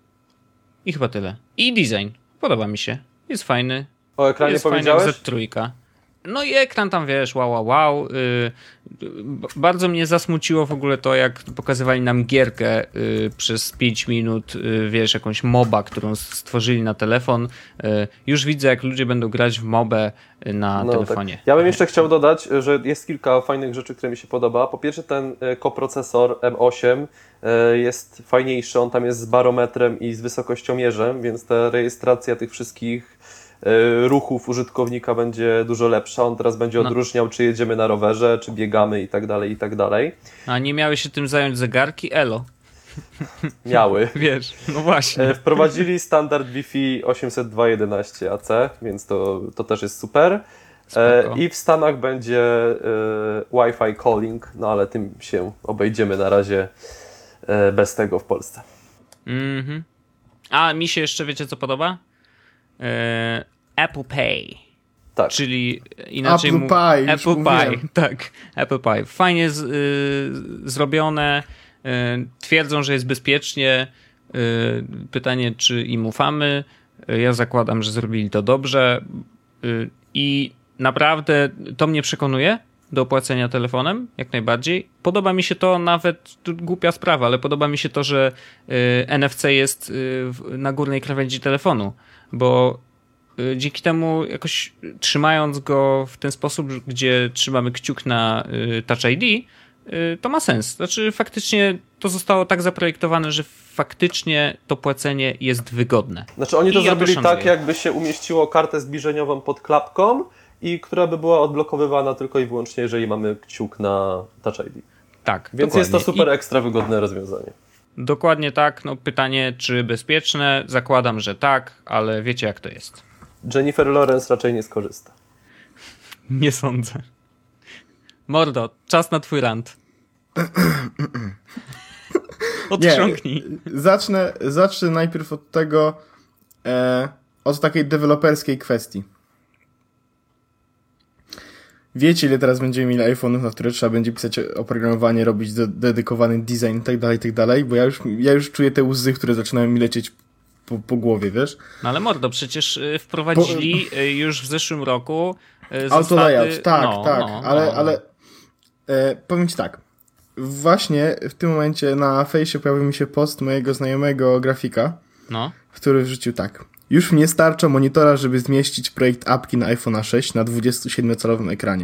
I chyba tyle. I design, podoba mi się, jest fajny. O ekranie Jest powiedziałeś? fajny jak Z trzy. No i ekran tam, wiesz, wow, wow, wow. Yy, b- bardzo mnie zasmuciło w ogóle to, jak pokazywali nam gierkę yy, przez pięć minut, yy, wiesz, jakąś moba, którą s- stworzyli na telefon. Yy, już widzę, jak ludzie będą grać w mobę yy, na No, telefonie. Tak. Ja bym jeszcze chciał dodać, że jest kilka fajnych rzeczy, które mi się podoba. Po pierwsze ten e, koprocesor M osiem e, jest fajniejszy, on tam jest z barometrem i z wysokościomierzem, więc ta rejestracja tych wszystkich e, ruchów użytkownika będzie dużo lepsza. On teraz będzie No. odróżniał, czy jedziemy na rowerze, czy biegamy i tak dalej, i tak dalej. A nie miały się tym zająć zegarki? Elo. Miały. Wiesz, no właśnie. E, Wprowadzili standard Wi-Fi osiemset dwa kropka jedenaście A C, więc to, to też jest super. E, Spoko. I w Stanach będzie e, Wi-Fi calling, no ale tym się obejdziemy na razie e, bez tego w Polsce. Mhm. A mi się jeszcze, wiecie co podoba? E, Apple Pay. Tak. Czyli inaczej Apple mów... Pie, już Apple mówiłem. Pie, tak. Apple Pie. Fajnie z, y, zrobione. Y, twierdzą, że jest bezpiecznie. Y, pytanie, czy im ufamy. Y, ja zakładam, że zrobili to dobrze. Y, I naprawdę to mnie przekonuje do opłacenia telefonem, jak najbardziej. Podoba mi się to nawet, to głupia sprawa, ale podoba mi się to, że y, N F C jest y, w, na górnej krawędzi telefonu, bo y, dzięki temu jakoś trzymając go w ten sposób, gdzie trzymamy kciuk na y, Touch I D, y, to ma sens. Znaczy faktycznie to zostało tak zaprojektowane, że faktycznie to płacenie jest wygodne. Znaczy oni to I ja zrobili szanuję. tak, jakby się umieściło kartę zbliżeniową pod klapką i która by była odblokowywana tylko i wyłącznie, jeżeli mamy kciuk na Touch I D. Tak, Więc dokładnie. jest to super I ekstra wygodne rozwiązanie. dokładnie tak. No pytanie, czy bezpieczne? Zakładam, że tak, ale wiecie jak to jest. Jennifer Lawrence raczej nie skorzysta. Nie sądzę. Mordo, czas na twój rant. Odciągnij. Zacznę, zacznę najpierw od tego, e, od takiej deweloperskiej kwestii. Wiecie, ile teraz będziemy mieli iPhone'ów, na które trzeba będzie pisać oprogramowanie, robić de- dedykowany design i tak dalej, i tak dalej, bo ja już, ja już czuję te łzy, które zaczynają mi lecieć po, po głowie, wiesz? No ale mordo, przecież y, wprowadzili y, już w zeszłym roku y, zasady... Auto layout, tak, no, tak, no, ale, no. ale e, powiem ci tak. Właśnie w tym momencie na fejsie pojawił mi się post mojego znajomego grafika, No. który wrzucił tak. Już mnie starcza monitora, żeby zmieścić projekt apki na iPhone'a sześć na dwudziestosiedmiocalowym ekranie.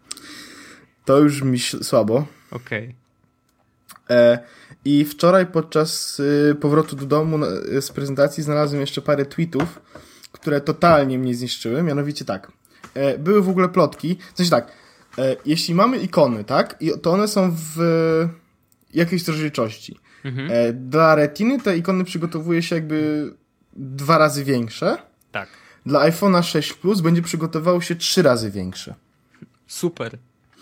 To już mi słabo. Okej. E, I wczoraj podczas y, powrotu do domu na, z prezentacji znalazłem jeszcze parę tweetów, które totalnie mnie zniszczyły. Mianowicie tak. E, były w ogóle plotki. W sensie tak. E, jeśli mamy ikony, tak? I to one są w jakiejś rozdzielczości. Mhm. E, dla Retiny te ikony przygotowuje się jakby dwa razy większe. Tak. Dla iPhone'a sześć Plus będzie przygotowało się trzy razy większe. Super.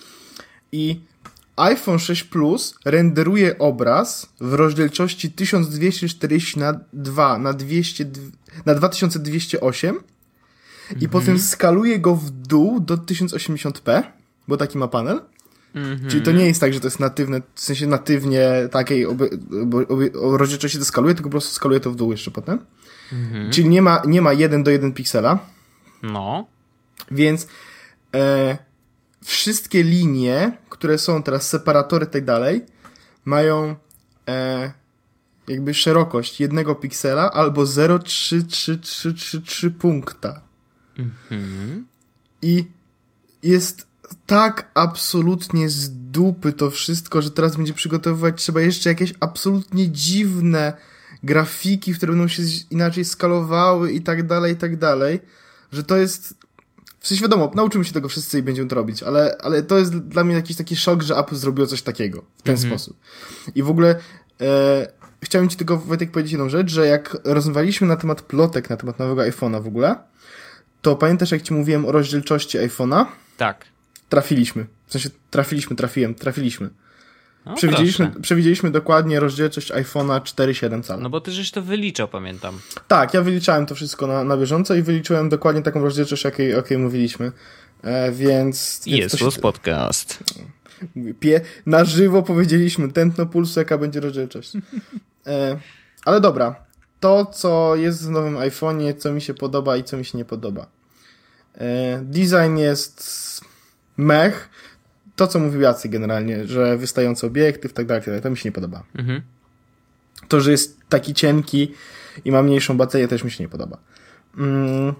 I iPhone sześć Plus renderuje obraz w rozdzielczości tysiąc dwieście czterdzieści na dwa na dwieście na dwa tysiące dwieście osiem i potem skaluje go w dół do tysiąc osiemdziesiąt p, bo taki ma panel. Mhm. Czyli to nie jest tak, że to jest natywne, w sensie natywnie takiej oby, oby, oby, rozdzielczości to skaluje, tylko po prostu skaluje to w dół jeszcze potem. Mhm. Czyli nie ma, nie ma jeden do jeden piksela, No. więc e, wszystkie linie, które są teraz, separatory i tak dalej, mają e, jakby szerokość jednego piksela albo zero przecinek trzy trzy trzy trzy trzy punkta. Mhm. I jest tak absolutnie z dupy to wszystko, że teraz będzie przygotowywać trzeba jeszcze jakieś absolutnie dziwne grafiki, które będą się inaczej skalowały i tak dalej, i tak dalej, że to jest... W sensie wiadomo, nauczymy się tego wszyscy i będziemy to robić, ale, ale to jest dla mnie jakiś taki szok, że Apple zrobiło coś takiego w ten Mhm. sposób. I w ogóle e, chciałem ci tylko, Wojtek, powiedzieć jedną rzecz, że jak rozmawialiśmy na temat plotek, na temat nowego iPhone'a w ogóle, to pamiętasz, jak ci mówiłem o rozdzielczości iPhone'a? Tak. Trafiliśmy. W sensie trafiliśmy, trafiłem, trafiliśmy. No, Przewidzieliśmy, proszę. przewidzieliśmy dokładnie rozdzielczość iPhone'a cztery przecinek siedem cala. No bo ty żeś to wyliczał, pamiętam. Tak, ja wyliczałem to wszystko na, na bieżąco i wyliczyłem dokładnie taką rozdzielczość, o jakiej, o jakiej mówiliśmy. E, więc... więc Jest to to podcast. Pie, na żywo powiedzieliśmy tętno pulsu, jaka będzie rozdzielczość. E, ale dobra. To, co jest w nowym iPhone'ie, co mi się podoba i co mi się nie podoba. E, design jest mech. To, co mówił Jacek generalnie, że wystający obiektyw, tak dalej, tak dalej, to mi się nie podoba. Mhm. To, że jest taki cienki i ma mniejszą baterię, też mi się nie podoba. Mm.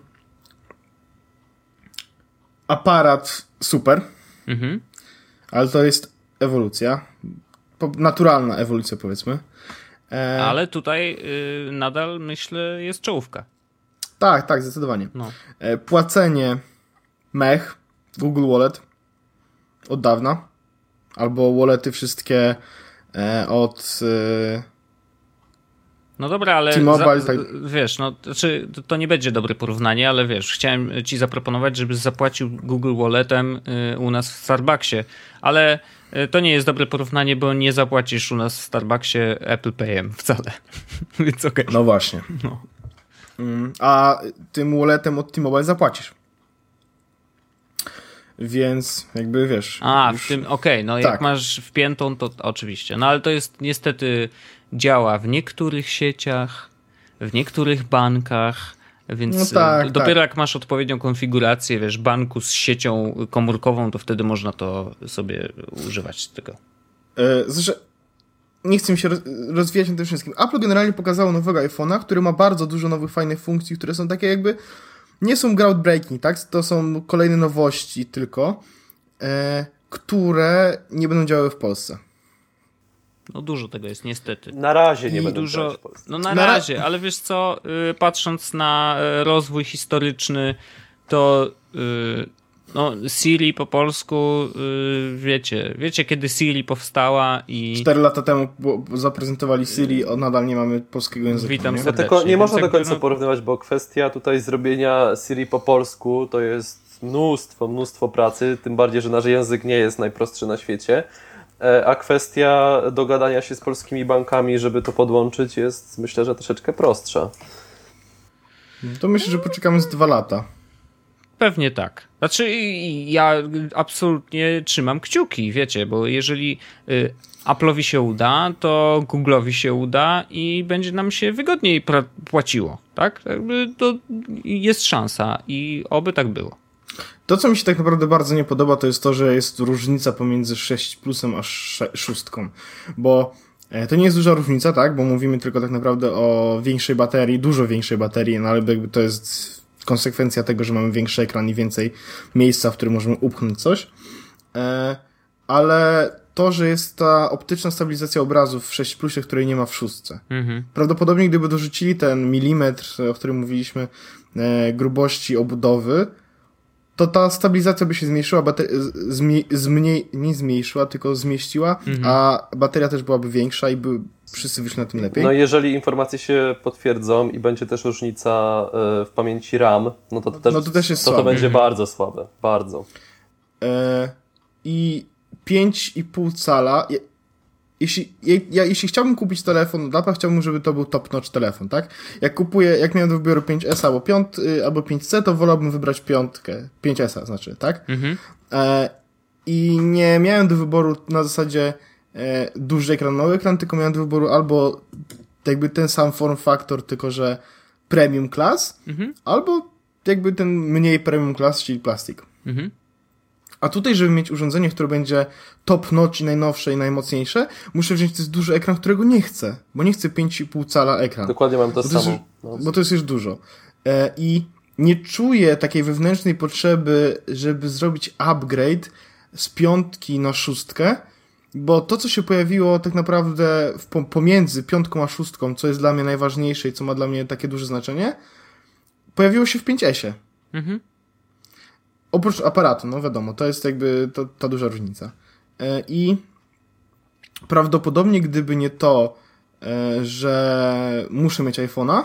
Aparat super, Mhm. ale to jest ewolucja. Po- Naturalna ewolucja, powiedzmy. E, Ale tutaj y, nadal, myślę, jest czołówka. Tak, tak, zdecydowanie. No. E, płacenie mech, Google Wallet od dawna. Albo wallety wszystkie e, od... E, No dobra, ale T-Mobile, za, tak... wiesz, no znaczy, to nie będzie dobre porównanie, ale wiesz, chciałem ci zaproponować, żebyś zapłacił Google Walletem y, u nas w Starbucksie, ale y, to nie jest dobre porównanie, bo nie zapłacisz u nas w Starbucksie Apple Payem wcale. Więc okej. Okay. No właśnie. No. Mm, a tym walletem od T-Mobile zapłacisz. Więc jakby wiesz... A, już... w tym, okej, okay, no tak. Jak masz wpiętą, to oczywiście. No ale to jest niestety działa w niektórych sieciach, w niektórych bankach, więc no tak, dopiero tak. jak masz odpowiednią konfigurację, wiesz, banku z siecią komórkową, to wtedy można to sobie używać tego. Yy, zresztą nie chcę mi się roz, rozwijać na tym wszystkim. Apple generalnie pokazało nowego iPhone'a, który ma bardzo dużo nowych, fajnych funkcji, które są takie jakby... Nie są groundbreaking, tak? To są kolejne nowości tylko, e, które nie będą działały w Polsce. No dużo tego jest, niestety. Na razie nie I będą dużo, działać w Polsce. No na, na razie, ra- ale wiesz co, yy, patrząc na y, rozwój historyczny, to y, no Siri po polsku, y, wiecie, wiecie kiedy Siri powstała i... Cztery lata temu zaprezentowali Siri, o, nadal nie mamy polskiego języka. Witam nie? serdecznie. Tylko nie Więc można do jakby, końca no- porównywać, bo kwestia tutaj zrobienia Siri po polsku to jest mnóstwo, mnóstwo pracy, tym bardziej, że nasz język nie jest najprostszy na świecie, e, a kwestia dogadania się z polskimi bankami, żeby to podłączyć, jest myślę, że troszeczkę prostsza. To myślę, że poczekamy z dwa lata. Pewnie tak. Znaczy ja absolutnie trzymam kciuki, wiecie, bo jeżeli y, Apple'owi się uda, to Google'owi się uda i będzie nam się wygodniej pra- płaciło, tak? Jakby to jest szansa i oby tak było. To, co mi się tak naprawdę bardzo nie podoba, to jest to, że jest różnica pomiędzy sześć plusem a sześć, bo e, to nie jest duża różnica, tak? Bo mówimy tylko tak naprawdę o większej baterii, dużo większej baterii, no ale jakby to jest konsekwencja tego, że mamy większy ekran i więcej miejsca, w którym możemy upchnąć coś. E, ale to, że jest ta optyczna stabilizacja obrazów w sześć plusie, której nie ma w szóstce. Mhm. Prawdopodobnie gdyby dorzucili ten milimetr, o którym mówiliśmy, e, grubości obudowy, to ta stabilizacja by się zmniejszyła, bater- zmi- zmniej- nie zmniejszyła, tylko zmieściła, mhm. a bateria też byłaby większa i by wszyscy wyszli na tym lepiej. No jeżeli informacje się potwierdzą i będzie też różnica w pamięci RAM, no to to też, no to, też jest to, to słabe. będzie mhm. bardzo słabe, bardzo. E, I pięć i pół cala... Jeśli, ja, ja, jeśli chciałbym kupić telefon od Apple'a, chciałbym, żeby to był top-notch telefon, tak? Jak kupuję, jak miałem do wyboru pięć S albo, pięć, albo pięć C, to wolałbym wybrać piątkę, pięć S znaczy, tak? Mhm. E, I nie miałem do wyboru na zasadzie e, duży ekran, mały ekran, tylko miałem do wyboru albo jakby ten sam form factor, tylko że premium class, Mhm. albo jakby ten mniej premium class, czyli plastik. Mhm. A tutaj, żeby mieć urządzenie, które będzie top notch i najnowsze i najmocniejsze, muszę wziąć ten duży ekran, którego nie chcę, bo nie chcę pięć i pół cala ekran. Dokładnie mam to bo to samo. Jest, no. Bo to jest już dużo. E, I nie czuję takiej wewnętrznej potrzeby, żeby zrobić upgrade z piątki na szóstkę, bo to, co się pojawiło tak naprawdę w, pomiędzy piątką a szóstką, co jest dla mnie najważniejsze i co ma dla mnie takie duże znaczenie, pojawiło się w pięć S-ie. Mhm. Oprócz aparatu, no wiadomo, to jest jakby to, ta duża różnica. E, I prawdopodobnie gdyby nie to, e, że muszę mieć iPhone'a,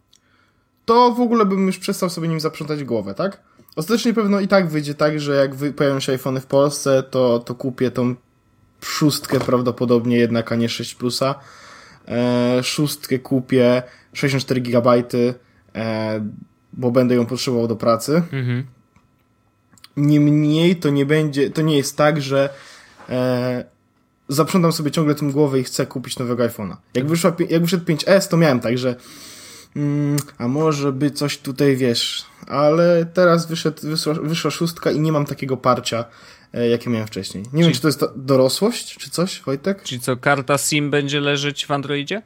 to w ogóle bym już przestał sobie nim zaprzątać głowę, tak? Ostatecznie pewno i tak wyjdzie tak, że jak wy, pojawią się iPhony w Polsce, to, to kupię tą szóstkę prawdopodobnie jednak, a nie sześć plusa. E, szóstkę kupię, sześćdziesiąt cztery gigabajty, e, bo będę ją potrzebował do pracy. Mhm. Niemniej to nie będzie, to nie jest tak, że e, zaprzątam sobie ciągle tym głowę i chcę kupić nowego iPhone'a. Jak, wyszła, jak wyszedł pięć S, to miałem tak, że mm, a może by coś tutaj, wiesz, ale teraz wyszedł, wyszła, wyszła szóstka i nie mam takiego parcia, e, jakie miałem wcześniej. Nie Czyli... wiem, czy to jest to dorosłość, czy coś, Wojtek? Czyli co, karta SIM będzie leżeć w Androidzie?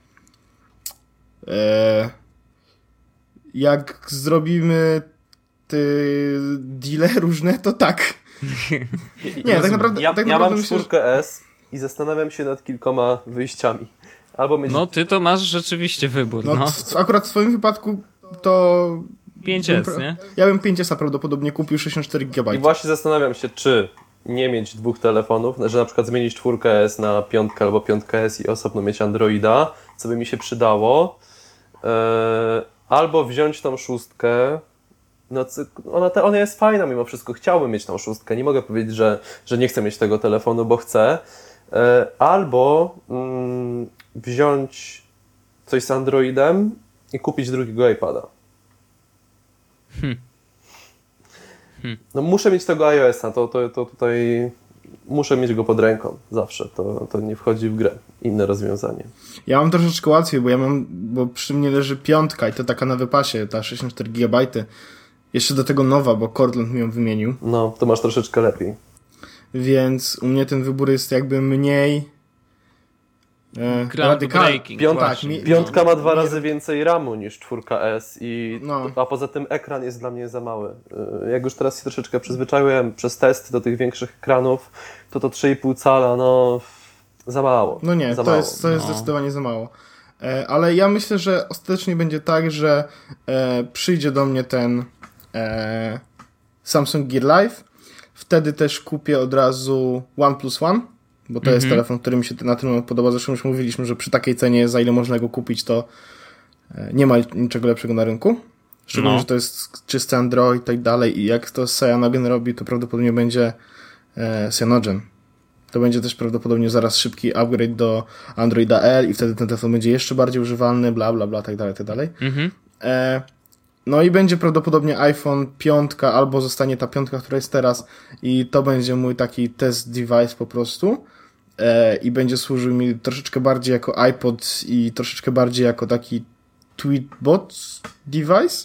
E, jak zrobimy ty deale różne, to tak. Nie, tak naprawdę... Ja, tak ja naprawdę mam myślę, czwórkę S i zastanawiam się nad kilkoma wyjściami. Albo mieć... No ty to masz rzeczywiście wybór, no. no. no. Akurat w swoim wypadku to... pięć S, nie? Ja bym pięć S prawdopodobnie kupił sześćdziesiąt cztery gigabajty. I właśnie zastanawiam się, czy nie mieć dwóch telefonów, że na przykład zmienić czwórkę S na piątkę albo piątkę S i osobno mieć Androida, co by mi się przydało. e, albo wziąć tą szóstkę. No, ona, te, ona jest fajna mimo wszystko, chciałbym mieć tą szóstkę, nie mogę powiedzieć, że, że nie chcę mieć tego telefonu, bo chcę. E, albo mm, wziąć coś z Androidem i kupić drugiego iPada. Hmm. Hmm. No muszę mieć tego iOS-a, to, to, to tutaj muszę mieć go pod ręką zawsze, to, to nie wchodzi w grę, inne rozwiązanie. Ja mam troszeczkę łatwiej, bo ja mam, bo przy mnie leży piątka i to taka na wypasie, ta sześćdziesiąt cztery gigabajty. Jeszcze do tego nowa, bo Cortland mi ją wymienił. No, to masz troszeczkę lepiej. Więc u mnie ten wybór jest jakby mniej e, radykalny. Piąt, tak, mi, piątka ma dwa mi, razy więcej ramu niż czwórka S, i, no. a poza tym ekran jest dla mnie za mały. Jak już teraz się troszeczkę przyzwyczaiłem przez test do tych większych ekranów, to to trzy i pół cala, no za mało. No nie, za to mało. jest, to jest No. zdecydowanie za mało. E, ale ja myślę, że ostatecznie będzie tak, że e, przyjdzie do mnie ten e, Samsung Gear Live. Wtedy też kupię od razu OnePlus One, bo to Mhm. jest telefon, który mi się na ten moment podoba. Zresztą już mówiliśmy, że przy takiej cenie, za ile można go kupić, to e, nie ma niczego lepszego na rynku. Szczególnie, No. że to jest czysty Android i tak dalej. I jak to Cyanogen robi, to prawdopodobnie będzie e, Cyanogen. To będzie też prawdopodobnie zaraz szybki upgrade do Androida L i wtedy ten telefon będzie jeszcze bardziej używalny, bla, bla, bla, tak dalej, tak dalej. Mhm. E, no i będzie prawdopodobnie iPhone pięć albo zostanie ta piątka, która jest teraz i to będzie mój taki test device po prostu e, i będzie służył mi troszeczkę bardziej jako iPod i troszeczkę bardziej jako taki tweetbot device.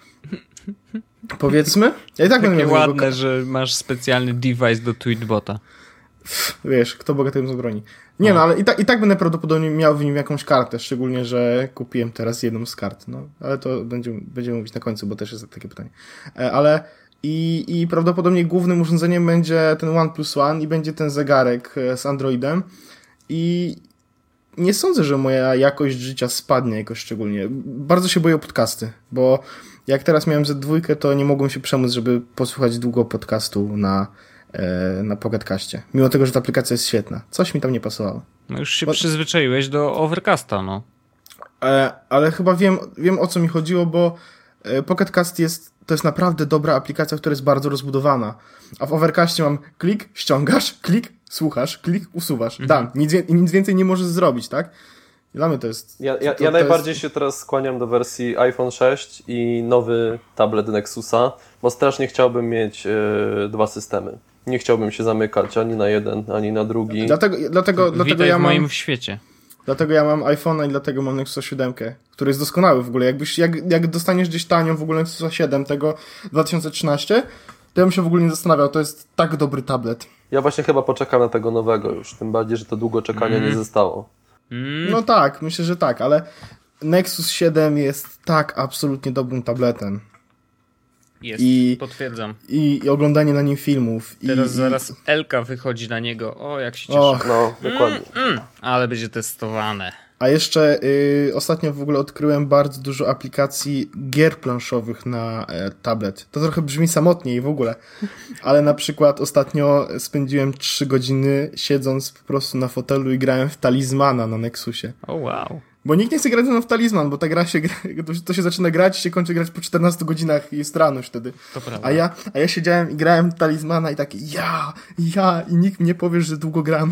Powiedzmy. Ja i tak będę Takie miał ładne, tego- że masz specjalny device do tweetbota. Wiesz, kto bogatym zabroni. Nie no, No. ale i, ta, i tak będę prawdopodobnie miał w nim jakąś kartę, szczególnie, że kupiłem teraz jedną z kart, no, ale to będziemy, będziemy mówić na końcu, bo też jest takie pytanie. E, ale i, i prawdopodobnie głównym urządzeniem będzie ten OnePlus One i będzie ten zegarek e, z Androidem i nie sądzę, że moja jakość życia spadnie jakoś szczególnie. Bardzo się boję o podcasty, bo jak teraz miałem Z dwa, to nie mogłem się przemóc, żeby posłuchać długo podcastu na na Pocketcaście. Mimo tego, że ta aplikacja jest świetna. Coś mi tam nie pasowało. No już się Bo- przyzwyczaiłeś do Overcasta, no. E, ale chyba wiem, wiem o co mi chodziło, bo e, Pocketcast jest, to jest naprawdę dobra aplikacja, która jest bardzo rozbudowana. A w Overcastie mam klik, ściągasz, klik, słuchasz, klik, usuwasz. Dam. Nic, wie- nic więcej nie możesz zrobić, tak? I dla mnie to jest... Ja, ja, to, ja to najbardziej jest... się teraz skłaniam do wersji iPhone sześć i nowy tablet Nexusa, bo strasznie chciałbym mieć e, dwa systemy. Nie chciałbym się zamykać ani na jeden, ani na drugi. Dlatego, dlatego, dlatego Witaj ja w mam... moim świecie. Dlatego ja mam iPhone'a i dlatego mam Nexusa siedem, który jest doskonały w ogóle. Jakbyś, jak, jak dostaniesz gdzieś tanio w ogóle Nexusa siedem tego dwa tysiące trzynaście, to ja bym się w ogóle nie zastanawiał. To jest tak dobry tablet. Ja właśnie chyba poczekam na tego nowego już, tym bardziej, że to długo czekania Mm. nie zostało. Mm. No tak, myślę, że tak, ale Nexus siedem jest tak absolutnie dobrym tabletem. Jest, I- potwierdzam. I, i oglądanie na nim filmów. Teraz i, zaraz Elka wychodzi na niego. O, jak się cieszę. Och. No, dokładnie. Mm, ale będzie testowane. A jeszcze y, ostatnio w ogóle odkryłem bardzo dużo aplikacji gier planszowych na e, tablet. To trochę brzmi samotnie i w ogóle, ale na przykład ostatnio spędziłem trzy godziny siedząc po prostu na fotelu i grałem w Talizmana na Nexusie. O, wow. Bo nikt nie chce grać ze mną w Talizman, bo ta gra się, gra- to, to się zaczyna grać i się kończy grać po czternastu godzinach i jest rano już wtedy. To prawda. A ja, a ja siedziałem i grałem w Talizmana i taki ja, ja i nikt mi nie powie, że długo gram.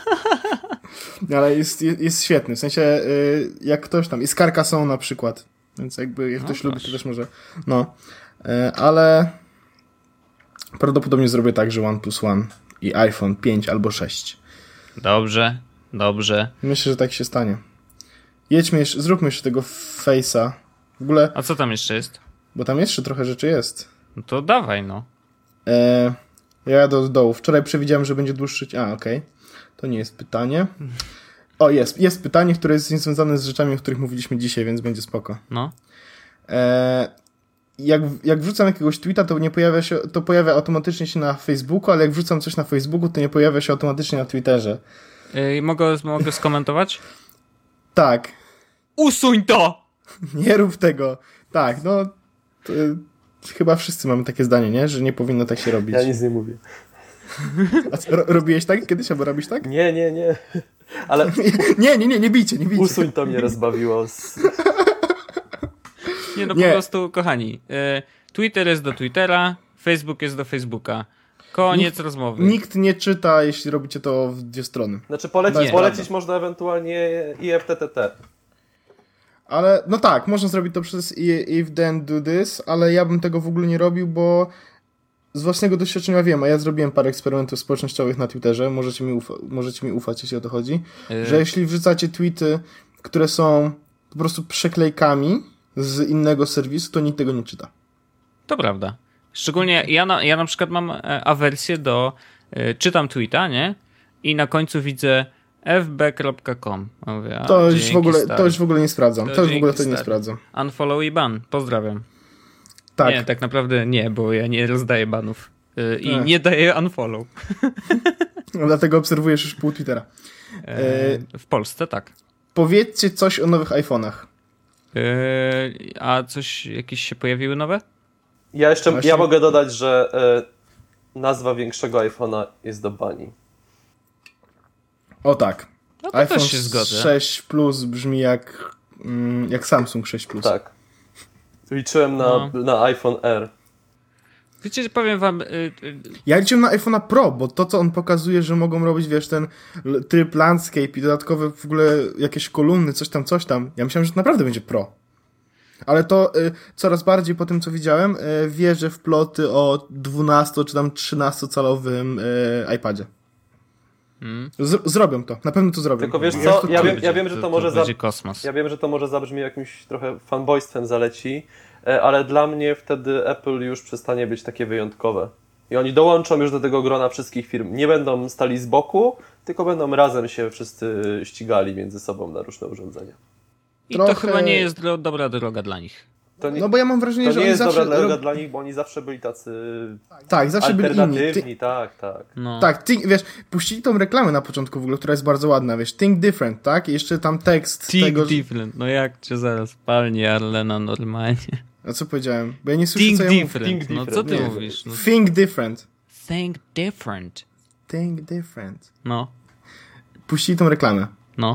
No, ale jest, jest, jest świetny, w sensie y, jak ktoś tam, jest Carcassonne na przykład, więc jakby jak No ktoś lubi, to proszę. też może, no. Y, ale prawdopodobnie zrobię tak, że OnePlus One i iPhone pięć albo sześć. Dobrze, dobrze. Myślę, że tak się stanie. Jedźmy jeszcze, zróbmy jeszcze tego Face'a. W ogóle, A co tam jeszcze jest? bo tam jeszcze trochę rzeczy jest. No to dawaj, no. E, ja jadę od dołu. Wczoraj przewidziałem, że będzie dłuższy... A, okej. To nie jest pytanie. O, jest. Jest pytanie, które jest związane z rzeczami, o których mówiliśmy dzisiaj, więc będzie spoko. No. E, jak, jak wrzucam jakiegoś tweeta, to nie pojawia się, to pojawia automatycznie się na Facebooku, ale jak wrzucam coś na Facebooku, to nie pojawia się automatycznie na Twitterze. Yy, mogę, mogę skomentować? Tak. Usuń to! Nie rób tego. Tak, no... To, chyba wszyscy mamy takie zdanie, nie? Że nie powinno tak się robić. Ja nic nie mówię. A co, ro, robiłeś tak kiedyś, albo robisz tak? Nie, nie, nie. Ale Nie, nie, nie, nie bijcie, nie bijcie. usuń to mnie rozbawiło. Z... Nie, no Nie. po prostu, kochani, y, Twitter jest do Twittera, Facebook jest do Facebooka. Koniec Nikt- rozmowy. Nikt nie czyta, jeśli robicie to w dwie strony. Znaczy polecić, Nie. polecić można ewentualnie I F T T T. Ale, no tak, można zrobić to przez i- if then do this, ale ja bym tego w ogóle nie robił, bo z własnego doświadczenia wiem, a ja zrobiłem parę eksperymentów społecznościowych na Twitterze, możecie mi, ufa- możecie mi ufać, jeśli o to chodzi, Y, że jeśli wrzucacie tweety, które są po prostu przeklejkami z innego serwisu, to nikt tego nie czyta. To prawda. Szczególnie ja na, ja na przykład mam e, awersję do... E, czytam tweeta, nie? I na końcu widzę f b kropka com. Mówię, a, To już, dzięki, w ogóle, stary. to już w ogóle nie sprawdzam. To To, już w ogóle dzięki, to nie stary. sprawdzam. Unfollow i ban. Pozdrawiam. Tak. Nie, tak naprawdę nie, bo ja nie rozdaję banów. E, I Ech. nie daję unfollow. No, dlatego obserwujesz już pół Twittera. E, w Polsce tak. Powiedzcie coś o nowych iPhone'ach. E, a coś, jakieś się pojawiły nowe? Ja jeszcze Właśnie- ja mogę dodać, że e, nazwa większego iPhone'a jest do bani. O tak. No to iPhone też się zgodzę. sześć Plus brzmi jak, mm, jak Samsung sześć Plus. Tak. Liczyłem na, No. na iPhone R. Wiecie, powiem wam... Y, y, Ja liczyłem na iPhone'a Pro, bo to, co on pokazuje, że mogą robić, wiesz, ten l- tryb landscape i dodatkowe w ogóle jakieś kolumny, coś tam, coś tam. Ja myślałem, że to naprawdę będzie Pro. Ale to y, coraz bardziej po tym, co widziałem, y, wierzę w ploty o dwunasto czy tam trzynastocalowym y, iPadzie. hmm? Z- zrobią to, na pewno to zrobią. Tylko wiesz Ja co, już to ja czuję. wiem, ja wiem, że to może za- będzie kosmos. Ja wiem, że to może zabrzmi jakimś trochę fanboystwem zaleci, e, ale dla mnie wtedy Apple już przestanie być takie wyjątkowe. I oni dołączą już do tego grona wszystkich firm. Nie będą stali z boku, tylko będą razem się wszyscy ścigali między sobą na różne urządzenia. I to trochę- chyba nie jest dro- dobra droga dla nich. To nie, No bo ja mam wrażenie, to że nie oni jest zawsze... dobra droga rob- dla nich, bo oni zawsze byli tacy Tak, zawsze byli inni. Ty- alternatywni, tak, tak. No. Tak, think, wiesz, puścili tą reklamę na początku w ogóle, która jest bardzo ładna, wiesz, think different, tak? I jeszcze tam tekst Think tego... different. No jak cię zaraz palnie Arlena normalnie. A co powiedziałem? Bo ja nie słyszę, Think co ja mówię. different. Think No co different. ty Nie. mówisz? No, Think different. think different. Think different. No, Puścili tą reklamę, no.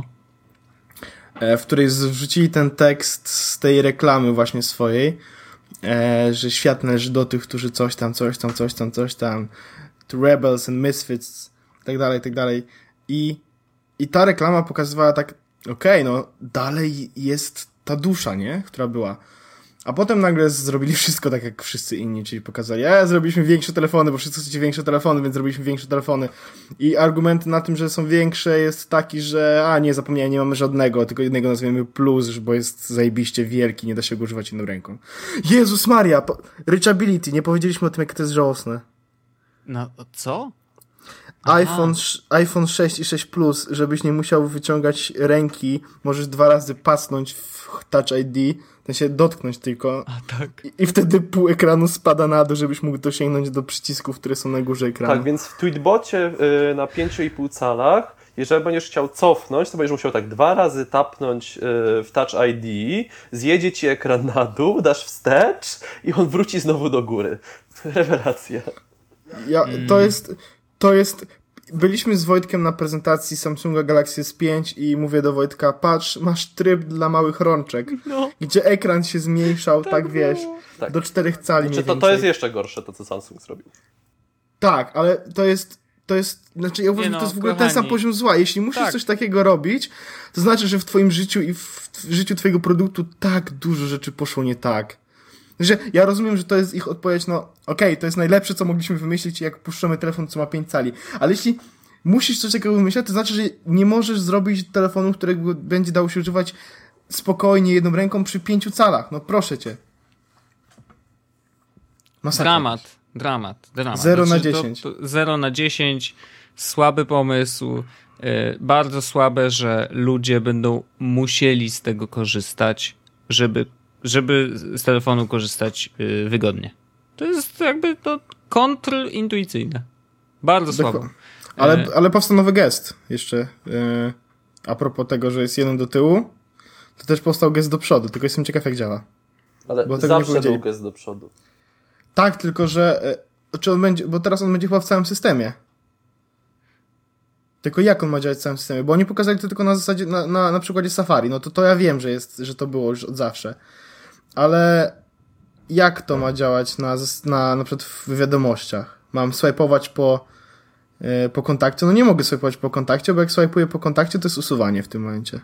e, w której z- wrzucili ten tekst z tej reklamy właśnie swojej, e, że świat należy do tych, którzy coś tam, coś tam, coś tam, coś tam, to rebels and misfits, tak dalej, tak dalej. I, i ta reklama pokazywała tak, okej, no dalej jest ta dusza, nie? Która była. A potem nagle zrobili wszystko tak jak wszyscy inni, czyli pokazali, a zrobiliśmy większe telefony, bo wszyscy chcecie większe telefony, więc zrobiliśmy większe telefony. I argument na tym, że są większe jest taki, że a nie, zapomniałem, nie mamy żadnego, tylko jednego nazwiemy plus, bo jest zajebiście wielki, nie da się go używać jedną ręką. Jezus Maria, po- reachability, nie powiedzieliśmy o tym, jak to jest żałosne. No, co? Aha. iPhone, sz- iPhone sześć i sześć Plus, żebyś nie musiał wyciągać ręki, możesz dwa razy pasnąć w Touch I D, ten się dotknąć tylko A tak. i, i wtedy pół ekranu spada na dół, żebyś mógł dosięgnąć do przycisków, które są na górze ekranu. Tak, więc w Tweetbocie y, na pięć i pół calach, jeżeli będziesz chciał cofnąć, to będziesz musiał tak dwa razy tapnąć y, w Touch I D, zjedzie ci ekran na dół, dasz wstecz i on wróci znowu do góry. Rewelacja. Ja, to jest, to jest, byliśmy z Wojtkiem na prezentacji Samsunga Galaxy S pięć i mówię do Wojtka, patrz, masz tryb dla małych rączek, No. gdzie ekran się zmniejszał, tak, wiesz, Tak. do czterech cali Czy mniej to, to więcej. jest jeszcze gorsze, to co Samsung zrobił. Tak, ale to jest, to jest, znaczy ja uważam, no, że to jest w ogóle ten sam kochani. poziom zła. Jeśli musisz Tak. coś takiego robić, to znaczy, że w twoim życiu i w, w życiu twojego produktu tak dużo rzeczy poszło nie tak. Że ja rozumiem, że to jest ich odpowiedź, no okej, to jest najlepsze, co mogliśmy wymyślić, jak puszczamy telefon, co ma pięć cali. Ale jeśli musisz coś takiego wymyślać, to znaczy, że nie możesz zrobić telefonu, którego będzie dało się używać spokojnie jedną ręką przy pięciu calach. No proszę cię. Masakra. Dramat, dramat, dramat. Zero na to- dziesięć. To, zero na dziesięć, słaby pomysł, yy, bardzo słabe, że ludzie będą musieli z tego korzystać, żeby, żeby z telefonu korzystać yy, wygodnie. To jest jakby to kontrintuicyjne. Bardzo słabo. Dokładnie. Ale, E, ale powstał nowy gest jeszcze. Yy, a propos tego, że jest jeden do tyłu, to też powstał gest do przodu, tylko jestem ciekaw, jak działa. Ale Bo tego nie zawsze był powiedzieli. gest do przodu. Tak, tylko że yy, czy on będzie, bo teraz on będzie chyba w całym systemie. Tylko jak on ma działać w całym systemie? Bo oni pokazali to tylko na zasadzie, na, na, na przykładzie Safari. No to to ja wiem, że jest, że to było już od zawsze. ale jak to ma działać na, na, na przykład w wiadomościach? Mam swajpować po, yy, po kontakcie? No nie mogę swajpować po kontakcie, bo jak swajpuję po kontakcie, to jest usuwanie w tym momencie.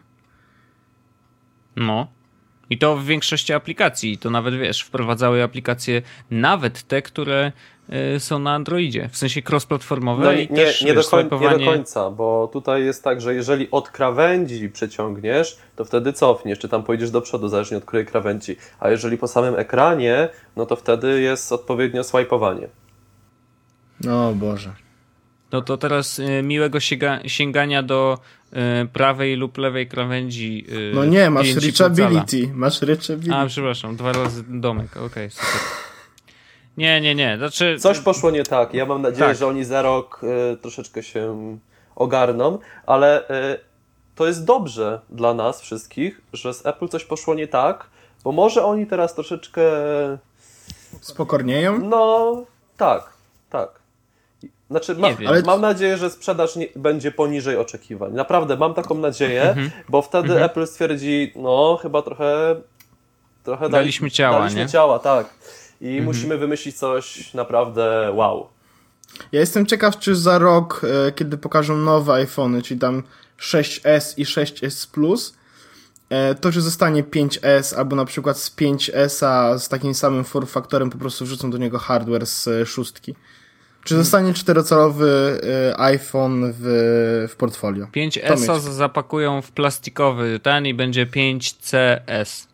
No. I to w większości aplikacji. To nawet, wiesz, wprowadzały aplikacje, nawet te, które y, są na Androidzie. W sensie cross-platformowe. No i nie, też, nie, wiesz, do koń, swajpowanie... nie do końca, bo tutaj jest tak, że jeżeli od krawędzi przeciągniesz, to wtedy cofniesz, czy tam pojedziesz do przodu, zależnie od której krawędzi. A jeżeli po samym ekranie, no to wtedy jest odpowiednio swajpowanie. O Boże. No to teraz y, miłego sięga, sięgania do y, prawej lub lewej krawędzi. Y, No nie, masz pięć i pół cala. reachability. Masz reachability. A, przepraszam, dwa razy domek. Okej, okay, super. Nie, nie, nie. Znaczy... Coś poszło nie tak. Ja mam nadzieję, Tak. że oni za rok y, troszeczkę się ogarną, ale y, to jest dobrze dla nas wszystkich, że z Apple coś poszło nie tak, bo może oni teraz troszeczkę... Spokornieją? No, tak, tak. Znaczy, ma, Nie wiem. ale... mam nadzieję, że sprzedaż nie, będzie poniżej oczekiwań. Naprawdę, mam taką nadzieję, Mhm. bo wtedy Mhm. Apple stwierdzi, no chyba trochę... trochę Daliśmy ciała, daliśmy nie? ciała, tak. I Mhm. musimy wymyślić coś naprawdę wow. Ja jestem ciekaw, czy za rok, e, kiedy pokażą nowe iPhony, czyli tam sześć S i sześć S Plus, e, to czy zostanie pięć S, albo na przykład z pięć S a z takim samym form faktorem po prostu wrzucą do niego hardware z e, szóstki. Czy zostanie czterocalowy e, iPhone w, w portfolio? pięć To S mnie zapakują w plastikowy ten i będzie pięć C S.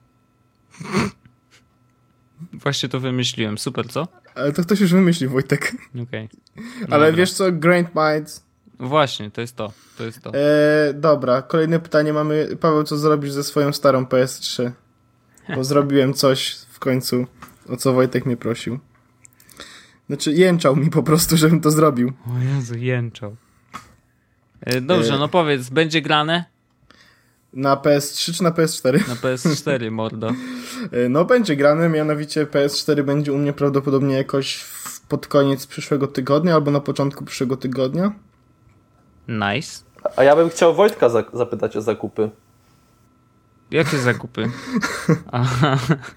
Właśnie to wymyśliłem. Super, co? Ale to ktoś już wymyślił, Wojtek. Okej. Ale Dobra. wiesz co, Grand Minds. Właśnie, to jest to. To jest to. E, dobra, kolejne pytanie mamy. Paweł, co zrobisz ze swoją starą P S trzy? Bo zrobiłem coś w końcu, o co Wojtek mnie prosił. Znaczy, jęczał mi po prostu, żebym to zrobił. O Jezu, jęczał. E, Dobrze, E. no powiedz, będzie grane? Na P S trzy czy na P S cztery? Na P S cztery, mordo. E, No, będzie grane, mianowicie P S cztery będzie u mnie prawdopodobnie jakoś w, pod koniec przyszłego tygodnia, albo na początku przyszłego tygodnia. Nice. A ja bym chciał Wojtka za- zapytać o zakupy. Jakie zakupy? Aha.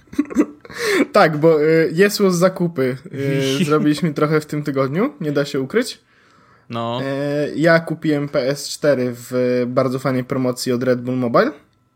Tak, bo y, jest z zakupy. Y, zrobiliśmy trochę w tym tygodniu, nie da się ukryć. No, E, ja kupiłem P S cztery w bardzo fajnej promocji od Red Bull Mobile.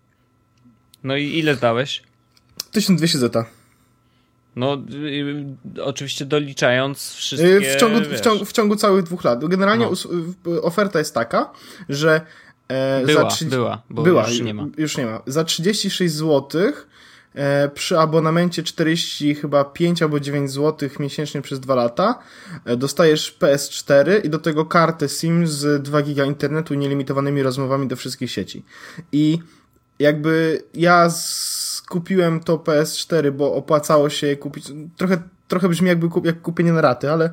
no i ile dałeś? tysiąc dwieście zeta. No, y, y, oczywiście doliczając wszystkie, Y, w, ciągu, w, wiesz, ciągu, w ciągu całych dwóch lat. Generalnie No. us, y, oferta jest taka, że e, była, za trzydzieści była, bo była, już nie ma. Już nie ma. Za trzydzieści sześć złotych e, przy abonamencie czterdzieści chyba pięć albo dziewięć złotych miesięcznie przez dwa lata e, dostajesz P S cztery i do tego kartę SIM z dwa giga internetu i nielimitowanymi rozmowami do wszystkich sieci. I jakby ja kupiłem to P S cztery, bo opłacało się je kupić. Trochę, trochę brzmi jakby kup, jak kupienie na raty, ale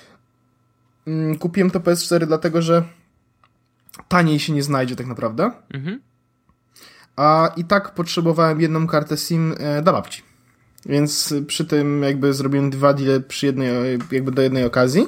mm, kupiłem to P S cztery dlatego, że taniej się nie znajdzie tak naprawdę. Mhm. A i tak potrzebowałem jedną kartę SIM e, dla babci. Więc przy tym jakby zrobiłem dwa deale przy jednej, jakby do jednej okazji.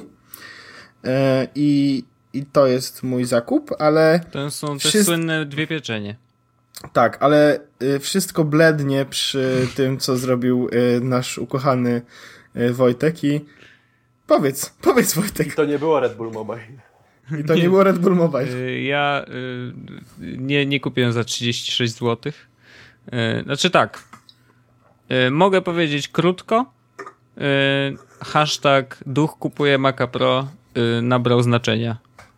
E, i, I to jest mój zakup, ale To są te Wszyscy- słynne dwie pieczenie. tak, ale y, wszystko blednie przy tym, co zrobił y, nasz ukochany y, Wojtek i powiedz, powiedz I Wojtek. to nie było Red Bull Mobile. I to nie było Red Bull Mobile. Y, Ja y, nie, nie kupiłem za trzydzieści sześć złotych. Y, Znaczy tak, y, mogę powiedzieć krótko. Y, Hashtag duch kupuje Maca Pro y, nabrał znaczenia.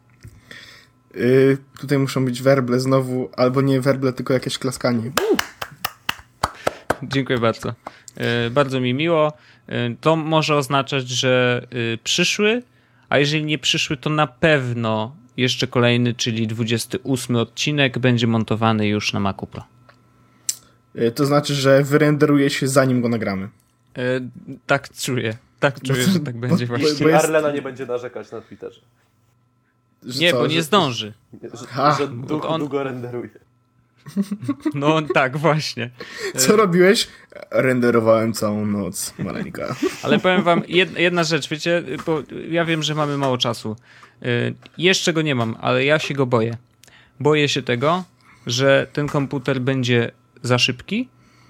Y, tutaj muszą być werble znowu, albo nie werble, tylko jakieś klaskanie. Dziękuję bardzo. Y, Bardzo mi miło. Y, To może oznaczać, że y, przyszły, a jeżeli nie przyszły, to na pewno jeszcze kolejny, czyli dwudziesty ósmy odcinek będzie montowany już na Macu Pro. Y, to znaczy, że wyrenderuje się zanim go nagramy. Y, Tak czuję. Tak czuję, że tak będzie bo- właśnie. Jeśli jest- Arlena nie będzie narzekać na Twitterze. Że Nie, co, bo nie że- zdąży. Że, Ha, że duch on- długo renderuje. No tak, właśnie. Co robiłeś? Renderowałem całą noc, maleńka. Ale powiem wam jed, jedna rzecz, wiecie, bo ja wiem, że mamy mało czasu. Y, jeszcze go nie mam, ale ja się go boję. Boję się tego, że ten komputer będzie za szybki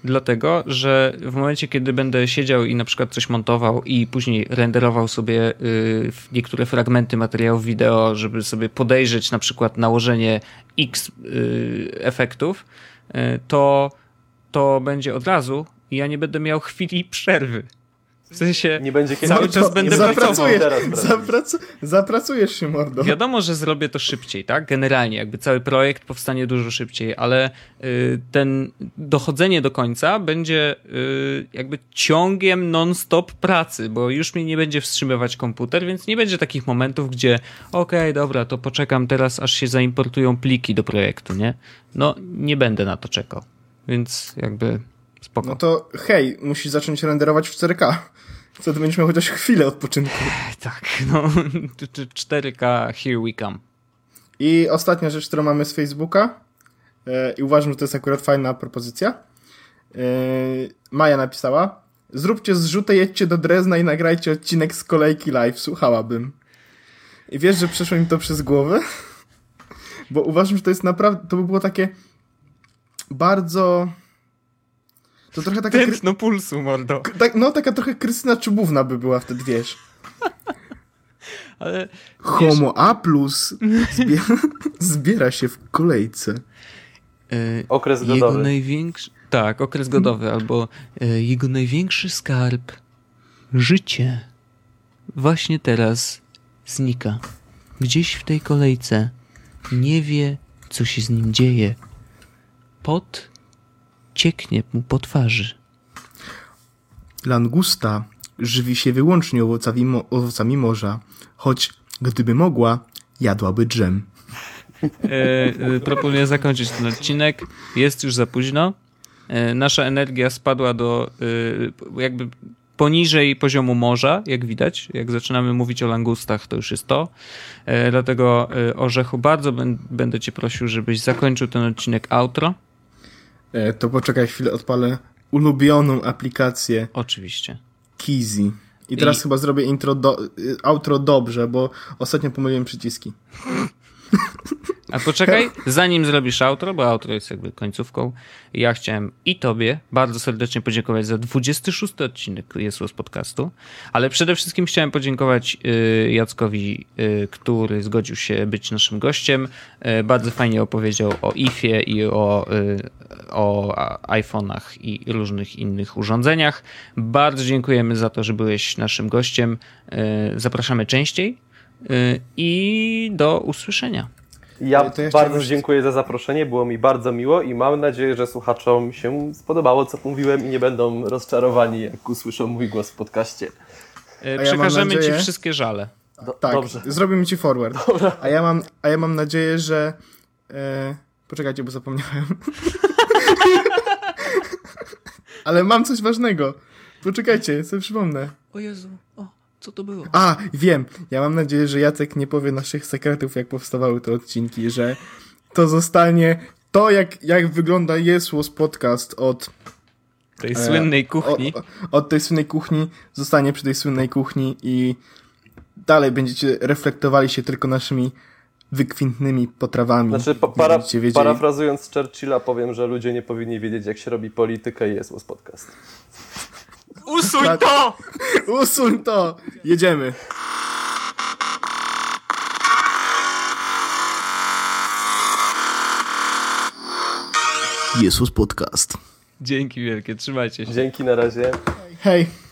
Dlatego, że w momencie, kiedy będę siedział i na przykład coś montował i później renderował sobie y, niektóre fragmenty materiałów wideo, żeby sobie podejrzeć na przykład nałożenie X y, efektów, y, to, to będzie od razu i ja nie będę miał chwili przerwy. W sensie Nie będzie kiedy... cały czas będę pracował. zapracujesz, zapracu, zapracujesz się, mordo. Wiadomo, że zrobię to szybciej, tak? Generalnie, jakby cały projekt powstanie dużo szybciej, ale y, ten dochodzenie do końca będzie y, jakby ciągiem non-stop pracy, bo już mnie nie będzie wstrzymywać komputer, więc nie będzie takich momentów, gdzie okej, okay, dobra, to poczekam teraz, aż się zaimportują pliki do projektu, nie? No, nie będę na to czekał, więc jakby spoko. No to hej, musisz zacząć renderować w cztery K. Wtedy będziesz miał chociaż chwilę odpoczynku. Tak, no, cztery K, here we come. I ostatnia rzecz, którą mamy z Facebooka, yy, i uważam, że to jest akurat fajna propozycja. Yy, Maja napisała: zróbcie zrzutę, jedźcie do Drezna i nagrajcie odcinek z kolejki live. Słuchałabym. I wiesz, że przeszło mi to przez głowę? Bo uważam, że to jest naprawdę, to by było takie bardzo... To trochę taka... Tętno pulsu, mordo. Tak, no, taka trochę Krystyna Czubówna by była wtedy, wiesz. Ale Homo wiesz... A plus zbiera, zbiera się w kolejce. Yy, okres godowy. Jego największy... Tak, okres godowy, albo yy, jego największy skarb, życie, właśnie teraz znika. Gdzieś w tej kolejce nie wie, co się z nim dzieje. Pot cieknie mu po twarzy. Langusta żywi się wyłącznie owocami, mo- owocami morza, choć gdyby mogła, jadłaby dżem. E, e, proponuję zakończyć ten odcinek. Jest już za późno. E, nasza energia spadła do e, jakby poniżej poziomu morza, jak widać. Jak zaczynamy mówić o langustach, to już jest to. E, dlatego e, Orzechu, bardzo b- będę cię prosił, żebyś zakończył ten odcinek outro. E, to poczekaj chwilę, odpalę ulubioną aplikację. Oczywiście. Kizy. I teraz I... chyba zrobię intro do, outro dobrze, bo ostatnio pomyliłem przyciski. A poczekaj, zanim zrobisz outro, bo outro jest jakby końcówką, ja chciałem i tobie bardzo serdecznie podziękować za dwudziesty szósty odcinek Jesus Podcastu, ale przede wszystkim chciałem podziękować y, Jackowi, y, który zgodził się być naszym gościem. Y, bardzo fajnie opowiedział o I F ie i o, y, o iPhone'ach i różnych innych urządzeniach. Bardzo dziękujemy za to, że byłeś naszym gościem. Y, zapraszamy częściej y, i do usłyszenia. Ja to ja bardzo jeszcze... dziękuję za zaproszenie, było mi bardzo miło i mam nadzieję, że słuchaczom się spodobało, co mówiłem i nie będą rozczarowani, jak usłyszą mój głos w podcaście. Ja Przekażemy nadzieję... ci wszystkie żale. Do, tak, dobrze. Zrobimy ci forward. Dobra. A ja mam, a ja mam nadzieję, że... E... Poczekajcie, bo zapomniałem. Ale mam coś ważnego. Poczekajcie, sobie przypomnę. O Jezu, o. Co to było? A, wiem. Ja mam nadzieję, że Jacek nie powie naszych sekretów, jak powstawały te odcinki, że to zostanie to, jak, jak wygląda Jesus Podcast od tej e, słynnej kuchni. Od, od tej słynnej kuchni zostanie przy tej słynnej kuchni i dalej będziecie reflektowali się tylko naszymi wykwintnymi potrawami. Znaczy, pa, para, parafrazując Churchilla, powiem, że ludzie nie powinni wiedzieć, jak się robi politykę i Jesus Podcast. Usuń to! Usuń to! Jedziemy. Jesus Podcast. Dzięki wielkie, trzymajcie się. Dzięki, na razie. Hej.